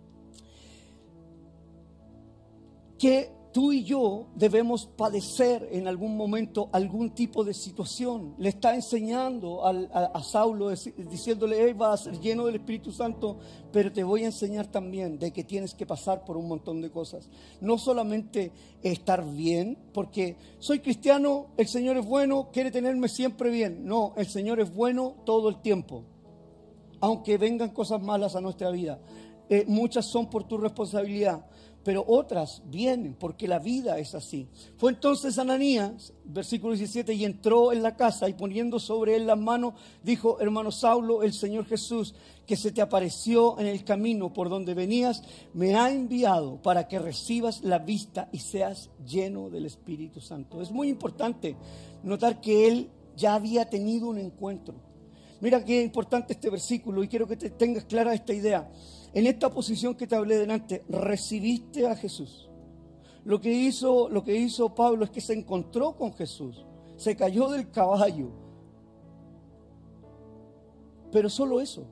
que tú y yo debemos padecer en algún momento algún tipo de situación. Le está enseñando a Saulo, diciéndole, vas a ser lleno del Espíritu Santo, pero te voy a enseñar también de que tienes que pasar por un montón de cosas. No solamente estar bien, porque soy cristiano, el Señor es bueno, quiere tenerme siempre bien. No, el Señor es bueno todo el tiempo, aunque vengan cosas malas a nuestra vida. Muchas son por tu responsabilidad, pero otras vienen porque la vida es así. Fue entonces Ananías, versículo 17, y entró en la casa y poniendo sobre él las manos, dijo, hermano Saulo, el Señor Jesús, que se te apareció en el camino por donde venías, me ha enviado para que recibas la vista y seas lleno del Espíritu Santo. Es muy importante notar que él ya había tenido un encuentro. Mira qué importante este versículo y quiero que te tengas clara esta idea. En esta posición que te hablé delante, recibiste a Jesús. Lo que hizo Pablo es que se encontró con Jesús, se cayó del caballo. Pero solo eso.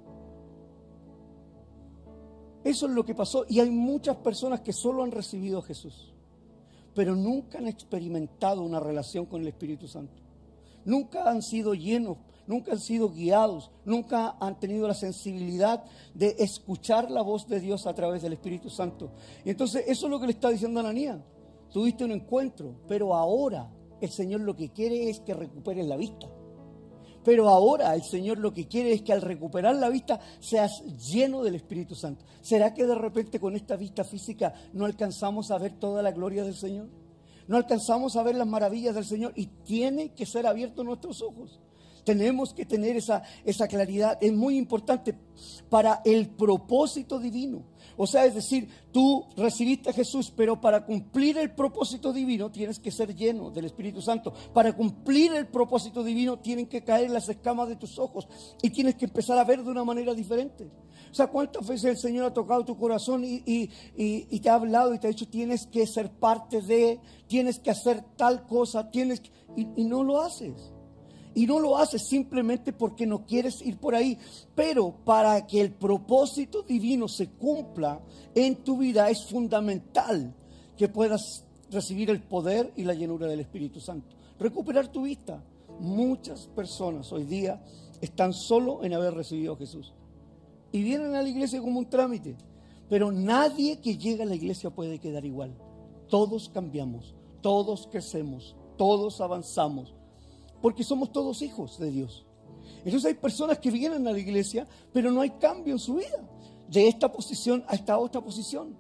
Eso es lo que pasó. Y hay muchas personas que solo han recibido a Jesús, pero nunca han experimentado una relación con el Espíritu Santo. Nunca han sido llenos, nunca han sido guiados, nunca han tenido la sensibilidad de escuchar la voz de Dios a través del Espíritu Santo. Y entonces eso es lo que le está diciendo a Ananías. Tuviste un encuentro, pero ahora el Señor lo que quiere es que recuperes la vista. Pero ahora el Señor lo que quiere es que al recuperar la vista seas lleno del Espíritu Santo. ¿Será que de repente con esta vista física no alcanzamos a ver toda la gloria del Señor? No alcanzamos a ver las maravillas del Señor y tiene que ser abiertos nuestros ojos. Tenemos que tener esa claridad. Es muy importante para el propósito divino. O sea, es decir, tú recibiste a Jesús, pero para cumplir el propósito divino tienes que ser lleno del Espíritu Santo. Para cumplir el propósito divino tienen que caer las escamas de tus ojos y tienes que empezar a ver de una manera diferente. O sea, ¿cuántas veces el Señor ha tocado tu corazón y te ha hablado y te ha dicho tienes que ser parte de, tienes que hacer tal cosa, y no lo haces? Y no lo haces simplemente porque no quieres ir por ahí. Pero para que el propósito divino se cumpla en tu vida es fundamental que puedas recibir el poder y la llenura del Espíritu Santo. Recuperar tu vista. Muchas personas hoy día están solo en haber recibido a Jesús. Y vienen a la iglesia como un trámite. Pero nadie que llega a la iglesia puede quedar igual. Todos cambiamos, todos crecemos, todos avanzamos. Porque somos todos hijos de Dios. Entonces hay personas que vienen a la iglesia, pero no hay cambio en su vida. De esta posición a esta otra posición.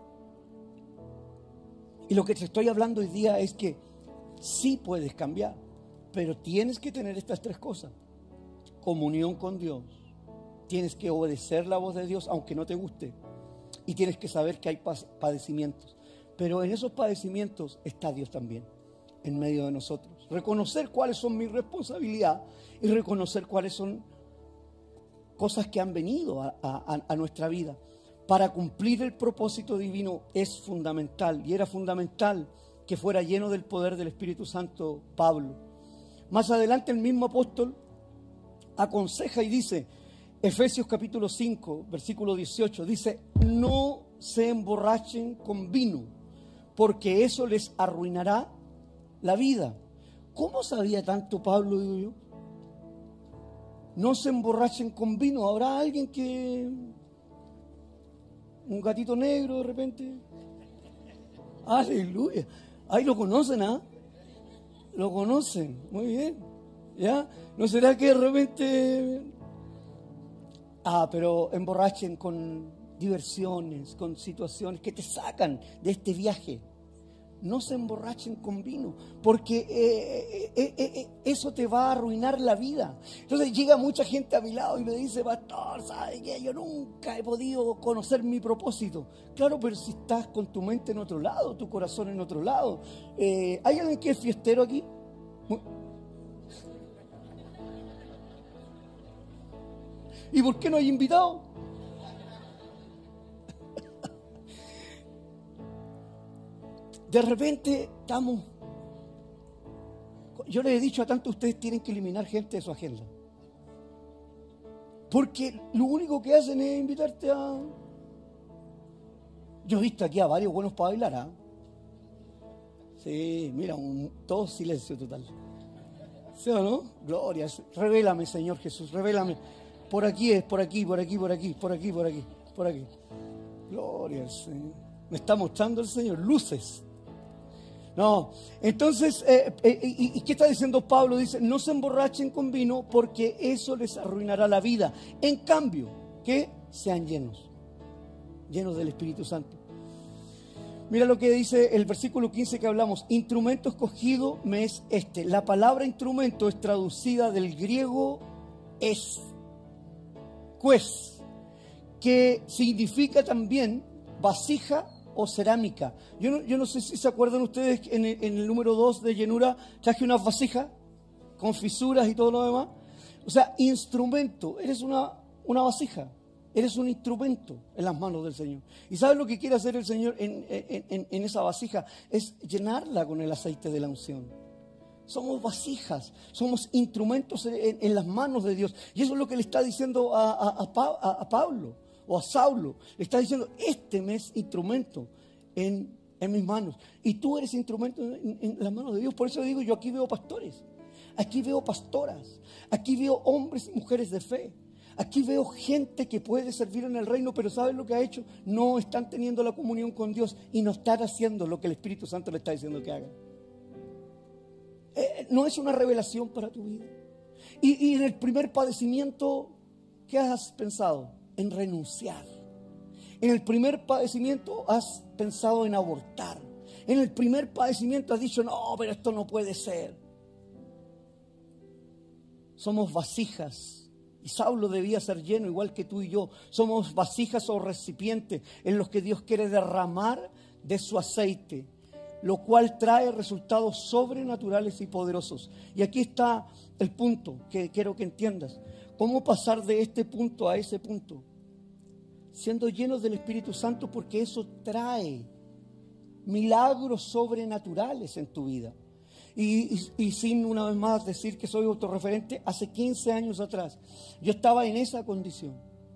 Y lo que te estoy hablando hoy día es que sí puedes cambiar, pero tienes que tener estas tres cosas. Comunión con Dios. Tienes que obedecer la voz de Dios, aunque no te guste. Y tienes que saber que hay padecimientos. Pero en esos padecimientos está Dios también, en medio de nosotros. Reconocer cuáles son mis responsabilidades y reconocer cuáles son cosas que han venido a nuestra vida. Para cumplir el propósito divino es fundamental, y era fundamental que fuera lleno del poder del Espíritu Santo Pablo. Más adelante el mismo apóstol aconseja y dice, Efesios capítulo 5, versículo 18, dice, no se emborrachen con vino, porque eso les arruinará la vida. ¿Cómo sabía tanto Pablo, digo yo? No se emborrachen con vino. ¿Habrá alguien que... un gatito negro de repente? Aleluya. Ahí lo conocen, ¿ah? Lo conocen. Muy bien. ¿Ya? ¿No será que de repente... pero emborrachen con diversiones, con situaciones que te sacan de este viaje? No se emborrachen con vino, porque eso te va a arruinar la vida. Entonces llega mucha gente a mi lado y me dice, pastor, ¿sabe qué? Yo nunca he podido conocer mi propósito. Claro, pero si estás con tu mente en otro lado, tu corazón en otro lado. ¿Hay alguien que es fiestero aquí? ¿Y por qué no hay invitado? De repente estamos... Yo les he dicho a tanto, ustedes tienen que eliminar gente de su agenda. Porque lo único que hacen es invitarte a... Yo he visto aquí a varios buenos para bailar, ¿ah? Sí, mira, todo silencio total. ¿Sí o no? Gloria. Revélame, Señor Jesús, revélame. Por aquí es, por aquí, por aquí, por aquí, por aquí, por aquí, por aquí. Gloria al Señor. Me está mostrando el Señor luces. No, entonces, ¿y qué está diciendo Pablo? Dice, no se emborrachen con vino porque eso les arruinará la vida. En cambio, que sean llenos del Espíritu Santo. Mira lo que dice el versículo 15 que hablamos. Instrumento escogido me es este. La palabra instrumento es traducida del griego eskues, que significa también vasija o cerámica. Yo no sé si se acuerdan ustedes, en el número 2 de llenura traje unas vasijas con fisuras y todo lo demás. O sea, instrumento, eres una vasija, eres un instrumento en las manos del Señor. ¿Y sabes lo que quiere hacer el Señor en esa vasija? Es llenarla con el aceite de la unción. Somos vasijas, somos instrumentos en las manos de Dios. Y eso es lo que le está diciendo a Pablo. O a Saulo, le está diciendo, este me es instrumento en mis manos. Y tú eres instrumento en las manos de Dios. Por eso digo, yo aquí veo pastores, aquí veo pastoras, aquí veo hombres y mujeres de fe. Aquí veo gente que puede servir en el reino, pero ¿sabes lo que ha hecho? No están teniendo la comunión con Dios y no están haciendo lo que el Espíritu Santo le está diciendo que hagan. No es una revelación para tu vida. Y en el primer padecimiento, ¿qué has pensado? En renunciar. En el primer padecimiento has pensado en abortar. En el primer padecimiento has dicho, no, pero esto no puede ser. Somos vasijas Y Saulo debía ser lleno igual que tú y yo. Somos vasijas o recipientes en los que Dios quiere derramar de su aceite, lo cual trae resultados sobrenaturales y poderosos. Y aquí está el punto que quiero que entiendas. ¿Cómo pasar de este punto a ese punto? Siendo llenos del Espíritu Santo, porque eso trae milagros sobrenaturales en tu vida. Y sin una vez más decir que soy autorreferente, hace 15 años atrás yo estaba en esa condición.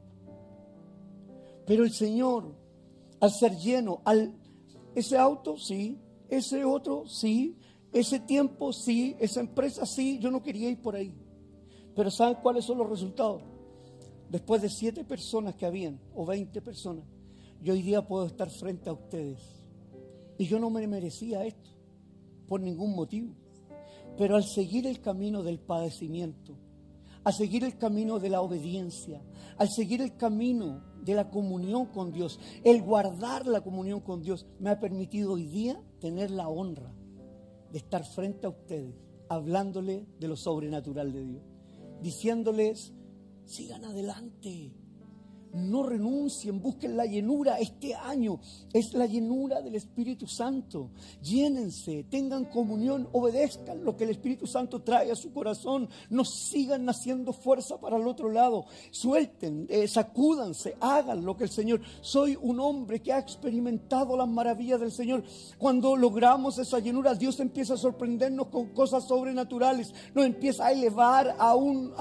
Pero el Señor, al ser lleno, ese auto, sí, ese otro, sí, ese tiempo, sí, esa empresa, sí, yo no quería ir por ahí. Pero ¿saben cuáles son los resultados? Después de 7 personas que habían, o 20 personas, yo hoy día puedo estar frente a ustedes. Y yo no me merecía esto, por ningún motivo. Pero al seguir el camino del padecimiento, al seguir el camino de la obediencia, al seguir el camino de la comunión con Dios, el guardar la comunión con Dios, me ha permitido hoy día tener la honra de estar frente a ustedes, hablándole de lo sobrenatural de Dios, diciéndoles, sigan adelante, no renuncien, busquen la llenura. Este año es la llenura del Espíritu Santo. Llénense, tengan comunión, obedezcan lo que el Espíritu Santo trae a su corazón. No sigan haciendo fuerza para el otro lado. Suelten, sacúdanse, hagan lo que el Señor. Soy un hombre que ha experimentado las maravillas del Señor. Cuando logramos esa llenura, Dios empieza a sorprendernos con cosas sobrenaturales. Nos empieza a elevar a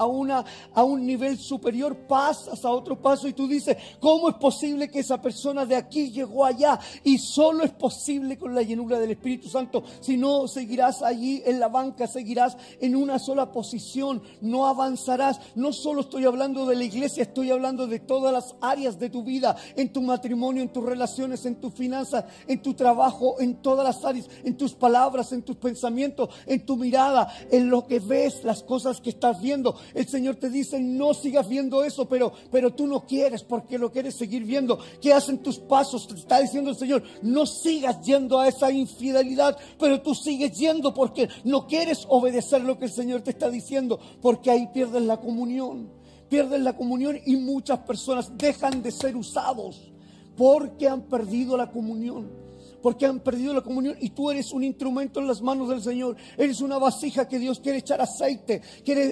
un nivel superior. Pasas a otro paso y tú dices, ¿cómo es posible que esa persona de aquí llegó allá? Y solo es posible con la llenura del Espíritu Santo. Si no, seguirás allí en la banca, seguirás en una sola posición, no avanzarás. No solo estoy hablando de la iglesia, estoy hablando de todas las áreas de tu vida, en tu matrimonio, en tus relaciones, en tus finanzas, en tu trabajo, en todas las áreas, en tus palabras, en tus pensamientos, en tu mirada, en lo que ves, las cosas que estás viendo. El Señor te dice, no sigas viendo eso, pero tú no quieres, porque lo quieres seguir viendo. ¿Qué hacen tus pasos? Te está diciendo el Señor, no sigas yendo a esa infidelidad, pero tú sigues yendo porque no quieres obedecer lo que el Señor te está diciendo, porque ahí pierdes la comunión. Pierden la comunión y muchas personas dejan de ser usados porque han perdido la comunión. Porque han perdido la comunión y tú eres un instrumento en las manos del Señor. Eres una vasija que Dios quiere echar aceite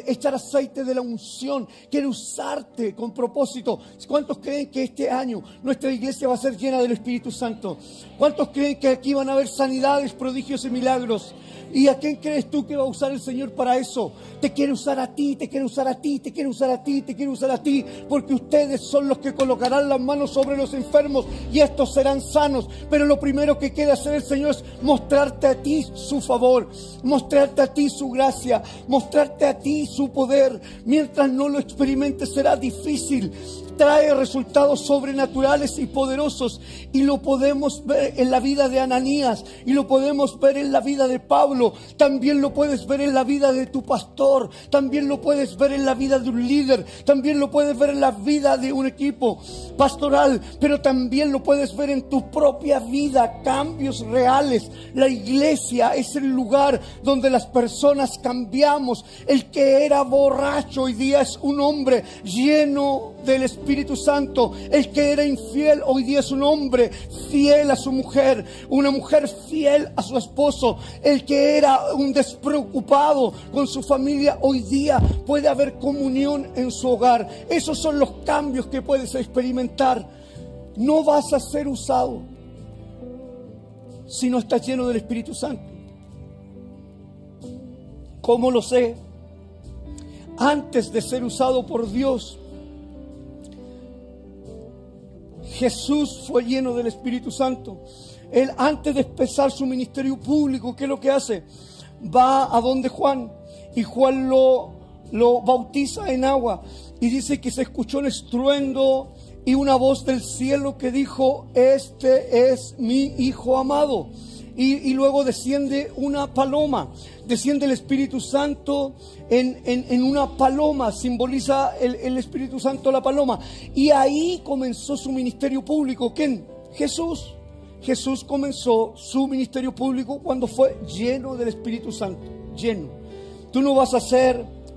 de la unción, quiere usarte con propósito. ¿Cuántos creen que este año nuestra iglesia va a ser llena del Espíritu Santo? ¿Cuántos creen que aquí van a haber sanidades, prodigios y milagros? ¿Y a quién crees tú que va a usar el Señor para eso? Te quiere usar a ti, te quiere usar a ti, te quiere usar a ti, te quiere usar a ti, porque ustedes son los que colocarán las manos sobre los enfermos y estos serán sanos. Pero lo primero que quiere hacer el Señor es mostrarte a ti su favor, mostrarte a ti su gracia, mostrarte a ti su poder. Mientras no lo experimentes será difícil. Trae resultados sobrenaturales y poderosos, y lo podemos ver en la vida de Ananías, y lo podemos ver en la vida de Pablo. También lo puedes ver en la vida de tu pastor, también lo puedes ver en la vida de un líder, también lo puedes ver en la vida de un equipo pastoral, pero también lo puedes ver en tu propia vida, cambios reales. La iglesia es el lugar donde las personas cambiamos. El que era borracho hoy día es un hombre lleno del Espíritu Santo. El que era infiel hoy día es un hombre fiel a su mujer, una mujer fiel a su esposo. El que era un despreocupado con su familia hoy día puede haber comunión en su hogar. Esos son los cambios que puedes experimentar. No vas a ser usado si no estás lleno del Espíritu Santo. ¿Cómo lo sé? Antes de ser usado por Dios, Jesús fue lleno del Espíritu Santo. Él, antes de empezar su ministerio público, ¿qué es lo que hace? Va a donde Juan, y Juan lo bautiza en agua, y dice que se escuchó un estruendo y una voz del cielo que dijo, este es mi Hijo amado. Y luego desciende una paloma, desciende el Espíritu Santo en una paloma, simboliza el Espíritu Santo la paloma. Y ahí comenzó su ministerio público. ¿Quién? Jesús. Jesús comenzó su ministerio público cuando fue lleno del Espíritu Santo, lleno. Tú no vas a ser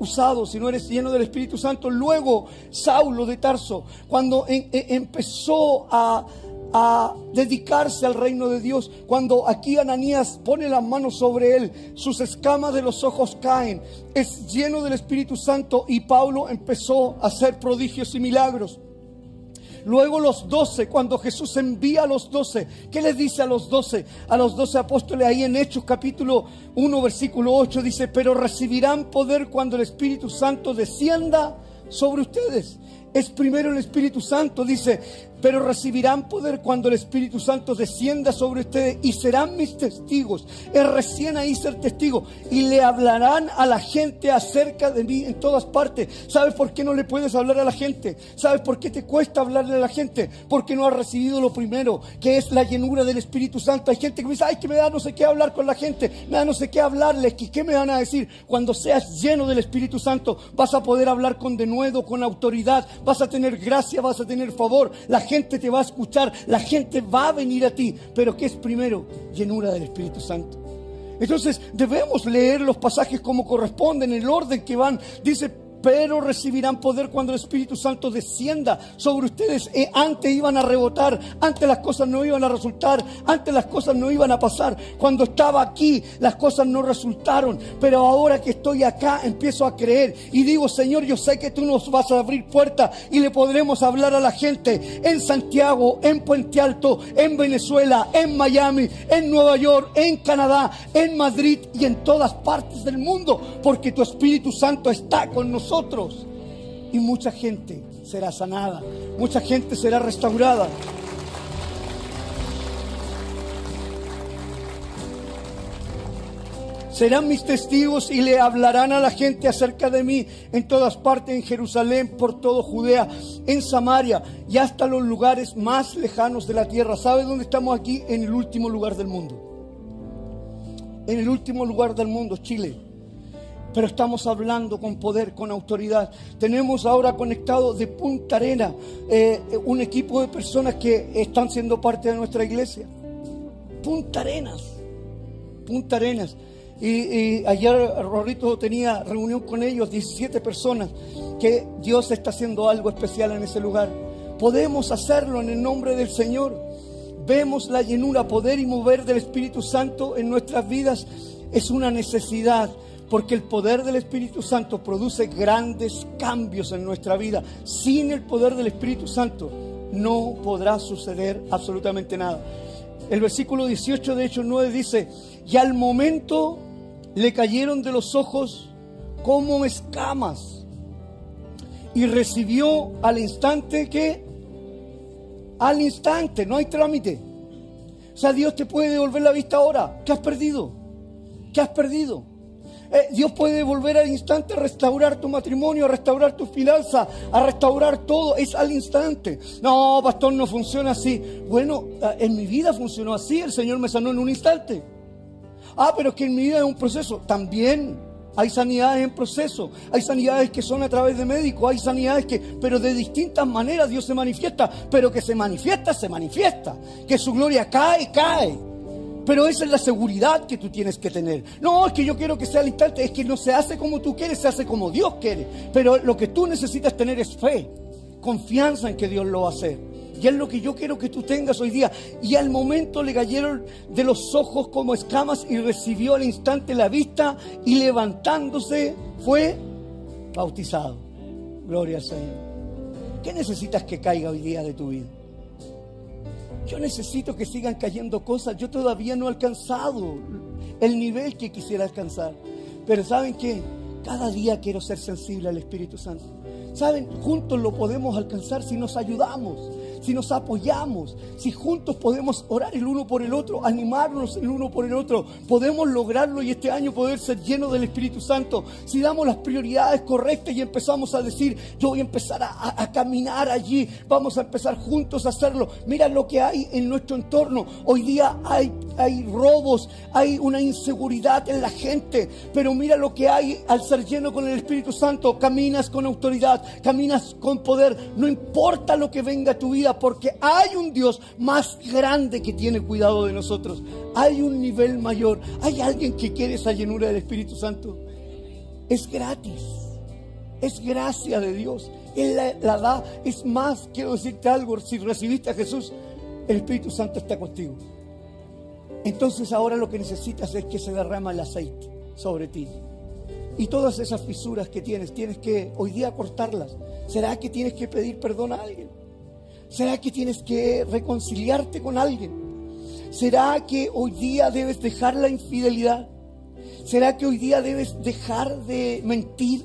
usado, si no eres lleno del Espíritu Santo. Luego, Saulo de Tarso, cuando empezó a dedicarse al reino de Dios, cuando aquí Ananías pone las manos sobre él, sus escamas de los ojos caen, es lleno del Espíritu Santo, y Pablo empezó a hacer prodigios y milagros. Luego los 12, cuando Jesús envía a los 12, ¿qué les dice a los 12? A los 12 apóstoles, ahí en Hechos capítulo 1 versículo 8 dice: pero recibirán poder cuando el Espíritu Santo descienda sobre ustedes. Es primero el Espíritu Santo, dice, pero recibirán poder cuando el Espíritu Santo descienda sobre ustedes y serán mis testigos. Es recién ahí ser testigo. Y le hablarán a la gente acerca de mí en todas partes. ¿Sabes por qué no le puedes hablar a la gente? ¿Sabes por qué te cuesta hablarle a la gente? Porque no has recibido lo primero, que es la llenura del Espíritu Santo. Hay gente que me dice: ay, que me da no sé qué hablar con la gente, me da no sé qué hablarles, ¿qué me van a decir? Cuando seas lleno del Espíritu Santo, vas a poder hablar con denuedo, con autoridad, vas a tener gracia, vas a tener favor. La gente te va a escuchar, la gente va a venir a ti. Pero ¿qué es primero? Llenura del Espíritu Santo. Entonces debemos leer los pasajes como corresponden, en el orden que van. Dice: pero recibirán poder cuando el Espíritu Santo descienda sobre ustedes. Antes iban a rebotar, antes las cosas no iban a resultar, antes las cosas no iban a pasar. Cuando estaba aquí las cosas no resultaron, pero ahora que estoy acá empiezo a creer y digo: Señor, yo sé que tú nos vas a abrir puertas y le podremos hablar a la gente en Santiago, en Puente Alto, en Venezuela, en Miami, en Nueva York, en Canadá, en Madrid y en todas partes del mundo, porque tu Espíritu Santo está con nosotros. Y mucha gente será sanada, mucha gente será restaurada. Serán mis testigos y le hablarán a la gente acerca de mí en todas partes, en Jerusalén, por todo Judea, en Samaria y hasta los lugares más lejanos de la tierra. ¿Sabe dónde estamos aquí? En el último lugar del mundo. En el último lugar del mundo, Chile. Pero estamos hablando con poder, con autoridad. Tenemos ahora conectado de Punta Arenas un equipo de personas que están siendo parte de nuestra iglesia. Punta Arenas. Y ayer Rorrito tenía reunión con ellos, 17 personas, que Dios está haciendo algo especial en ese lugar. Podemos hacerlo en el nombre del Señor. Vemos la llenura, poder y mover del Espíritu Santo en nuestras vidas. Es una necesidad. Porque el poder del Espíritu Santo produce grandes cambios en nuestra vida. Sin el poder del Espíritu Santo no podrá suceder absolutamente nada. El versículo 18 de Hechos 9 dice: y al momento le cayeron de los ojos como escamas. Y recibió al instante, ¿qué? Al instante, no hay trámite. O sea, Dios te puede devolver la vista ahora. ¿Qué has perdido? ¿Qué has perdido? Dios puede volver al instante a restaurar tu matrimonio, a restaurar tus finanzas, a restaurar todo. Es al instante. No, pastor, no funciona así. Bueno, en mi vida funcionó así. El Señor me sanó en un instante. Pero es que en mi vida es un proceso. También hay sanidades en proceso. Hay sanidades que son a través de médicos. Hay sanidades pero de distintas maneras Dios se manifiesta. Pero que se manifiesta, se manifiesta. Que su gloria cae, cae. Pero esa es la seguridad que tú tienes que tener. No, es que yo quiero que sea al instante. Es que no se hace como tú quieres, se hace como Dios quiere. Pero lo que tú necesitas tener es fe, confianza en que Dios lo va a hacer. Y es lo que yo quiero que tú tengas hoy día. Y al momento le cayeron de los ojos como escamas y recibió al instante la vista y levantándose fue bautizado. Gloria al Señor. ¿Qué necesitas que caiga hoy día de tu vida? Yo necesito que sigan cayendo cosas. Yo todavía no he alcanzado el nivel que quisiera alcanzar. Pero ¿saben qué? Cada día quiero ser sensible al Espíritu Santo. ¿Saben? Juntos lo podemos alcanzar si nos ayudamos, si nos apoyamos, si juntos podemos orar el uno por el otro, animarnos el uno por el otro. Podemos lograrlo y este año poder ser llenos del Espíritu Santo. Si damos las prioridades correctas y empezamos a decir: yo voy a empezar a caminar allí, vamos a empezar juntos a hacerlo. Mira lo que hay en nuestro entorno. Hoy día hay robos, hay una inseguridad en la gente, pero mira lo que hay al ser lleno con el Espíritu Santo. Caminas con autoridad, caminas con poder. No importa lo que venga a tu vida, porque hay un Dios más grande que tiene cuidado de nosotros. Hay un nivel mayor. Hay alguien que quiere esa llenura del Espíritu Santo. Es gratis. Es gracia de Dios. Él la da. Es más, quiero decirte algo, si recibiste a Jesús, el Espíritu Santo está contigo. Entonces ahora lo que necesitas es que se derrama el aceite sobre ti. Y todas esas fisuras que tienes que hoy día cortarlas. ¿Será que tienes que pedir perdón a alguien? ¿Será que tienes que reconciliarte con alguien? ¿Será que hoy día debes dejar la infidelidad? ¿Será que hoy día debes dejar de mentir?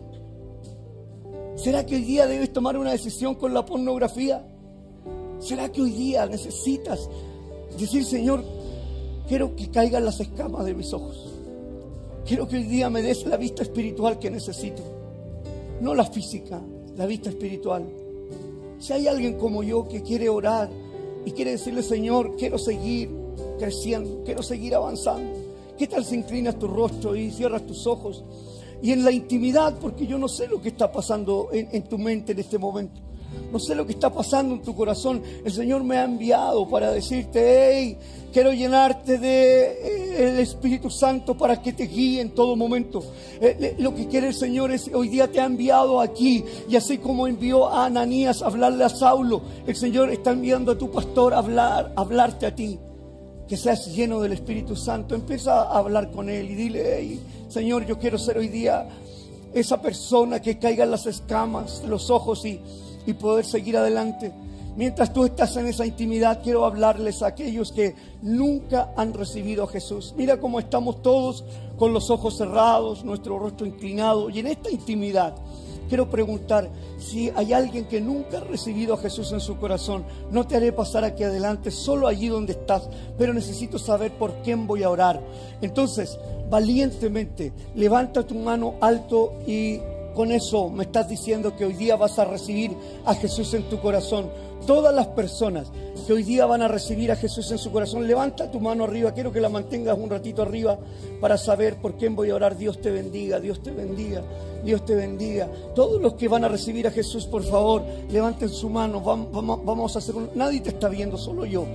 ¿Será que hoy día debes tomar una decisión con la pornografía? ¿Será que hoy día necesitas decir, Señor, quiero que caigan las escamas de mis ojos? Quiero que hoy día me des la vista espiritual que necesito. No la física, la vista espiritual. Si hay alguien como yo que quiere orar y quiere decirle, Señor, quiero seguir creciendo, quiero seguir avanzando. ¿Qué tal si inclinas tu rostro y cierras tus ojos? Y en la intimidad, porque yo no sé lo que está pasando en tu mente en este momento. No sé lo que está pasando en tu corazón. El Señor me ha enviado para decirte, hey, quiero llenarte del Espíritu Santo para que te guíe en todo momento. Lo que quiere el Señor es, hoy día te ha enviado aquí. Y así como envió a Ananías a hablarle a Saulo, el Señor está enviando a tu pastor a hablarte a ti. Que seas lleno del Espíritu Santo. Empieza a hablar con Él y dile, hey, Señor, yo quiero ser hoy día esa persona que caiga en las escamas de los ojos y poder seguir adelante. Mientras tú estás en esa intimidad, quiero hablarles a aquellos que nunca han recibido a Jesús. Mira cómo estamos todos con los ojos cerrados, nuestro rostro inclinado. Y en esta intimidad quiero preguntar, si hay alguien que nunca ha recibido a Jesús en su corazón, no te haré pasar aquí adelante, solo allí donde estás, pero necesito saber por quién voy a orar. Entonces, valientemente, levanta tu mano alto y con eso me estás diciendo que hoy día vas a recibir a Jesús en tu corazón. Todas las personas que hoy día van a recibir a Jesús en su corazón, levanta tu mano arriba. Quiero que la mantengas un ratito arriba para saber por quién voy a orar. Dios te bendiga, Dios te bendiga, Dios te bendiga. Todos los que van a recibir a Jesús, por favor, levanten su mano. Vamos a hacer nadie te está viendo, solo yo.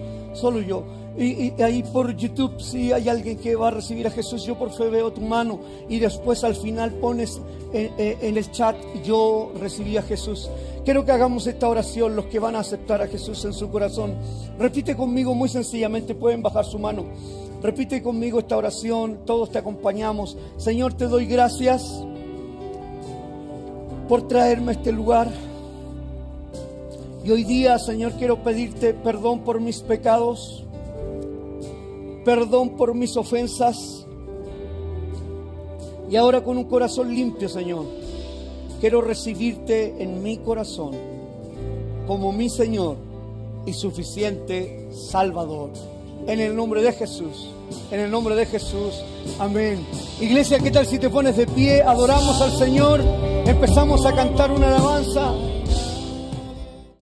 Y ahí por YouTube, si hay alguien que va a recibir a Jesús, yo por fe veo tu mano y después al final pones en el chat, yo recibí a Jesús. Quiero que hagamos esta oración, los que van a aceptar a Jesús en su corazón. Repite conmigo muy sencillamente, pueden bajar su mano. Repite conmigo esta oración, todos te acompañamos. Señor, te doy gracias por traerme a este lugar. Y hoy día, Señor, quiero pedirte perdón por mis pecados, perdón por mis ofensas. Y ahora con un corazón limpio, Señor, quiero recibirte en mi corazón como mi Señor y suficiente Salvador. En el nombre de Jesús, en el nombre de Jesús, amén. Iglesia, ¿qué tal si te pones de pie? Adoramos al Señor, empezamos a cantar una alabanza.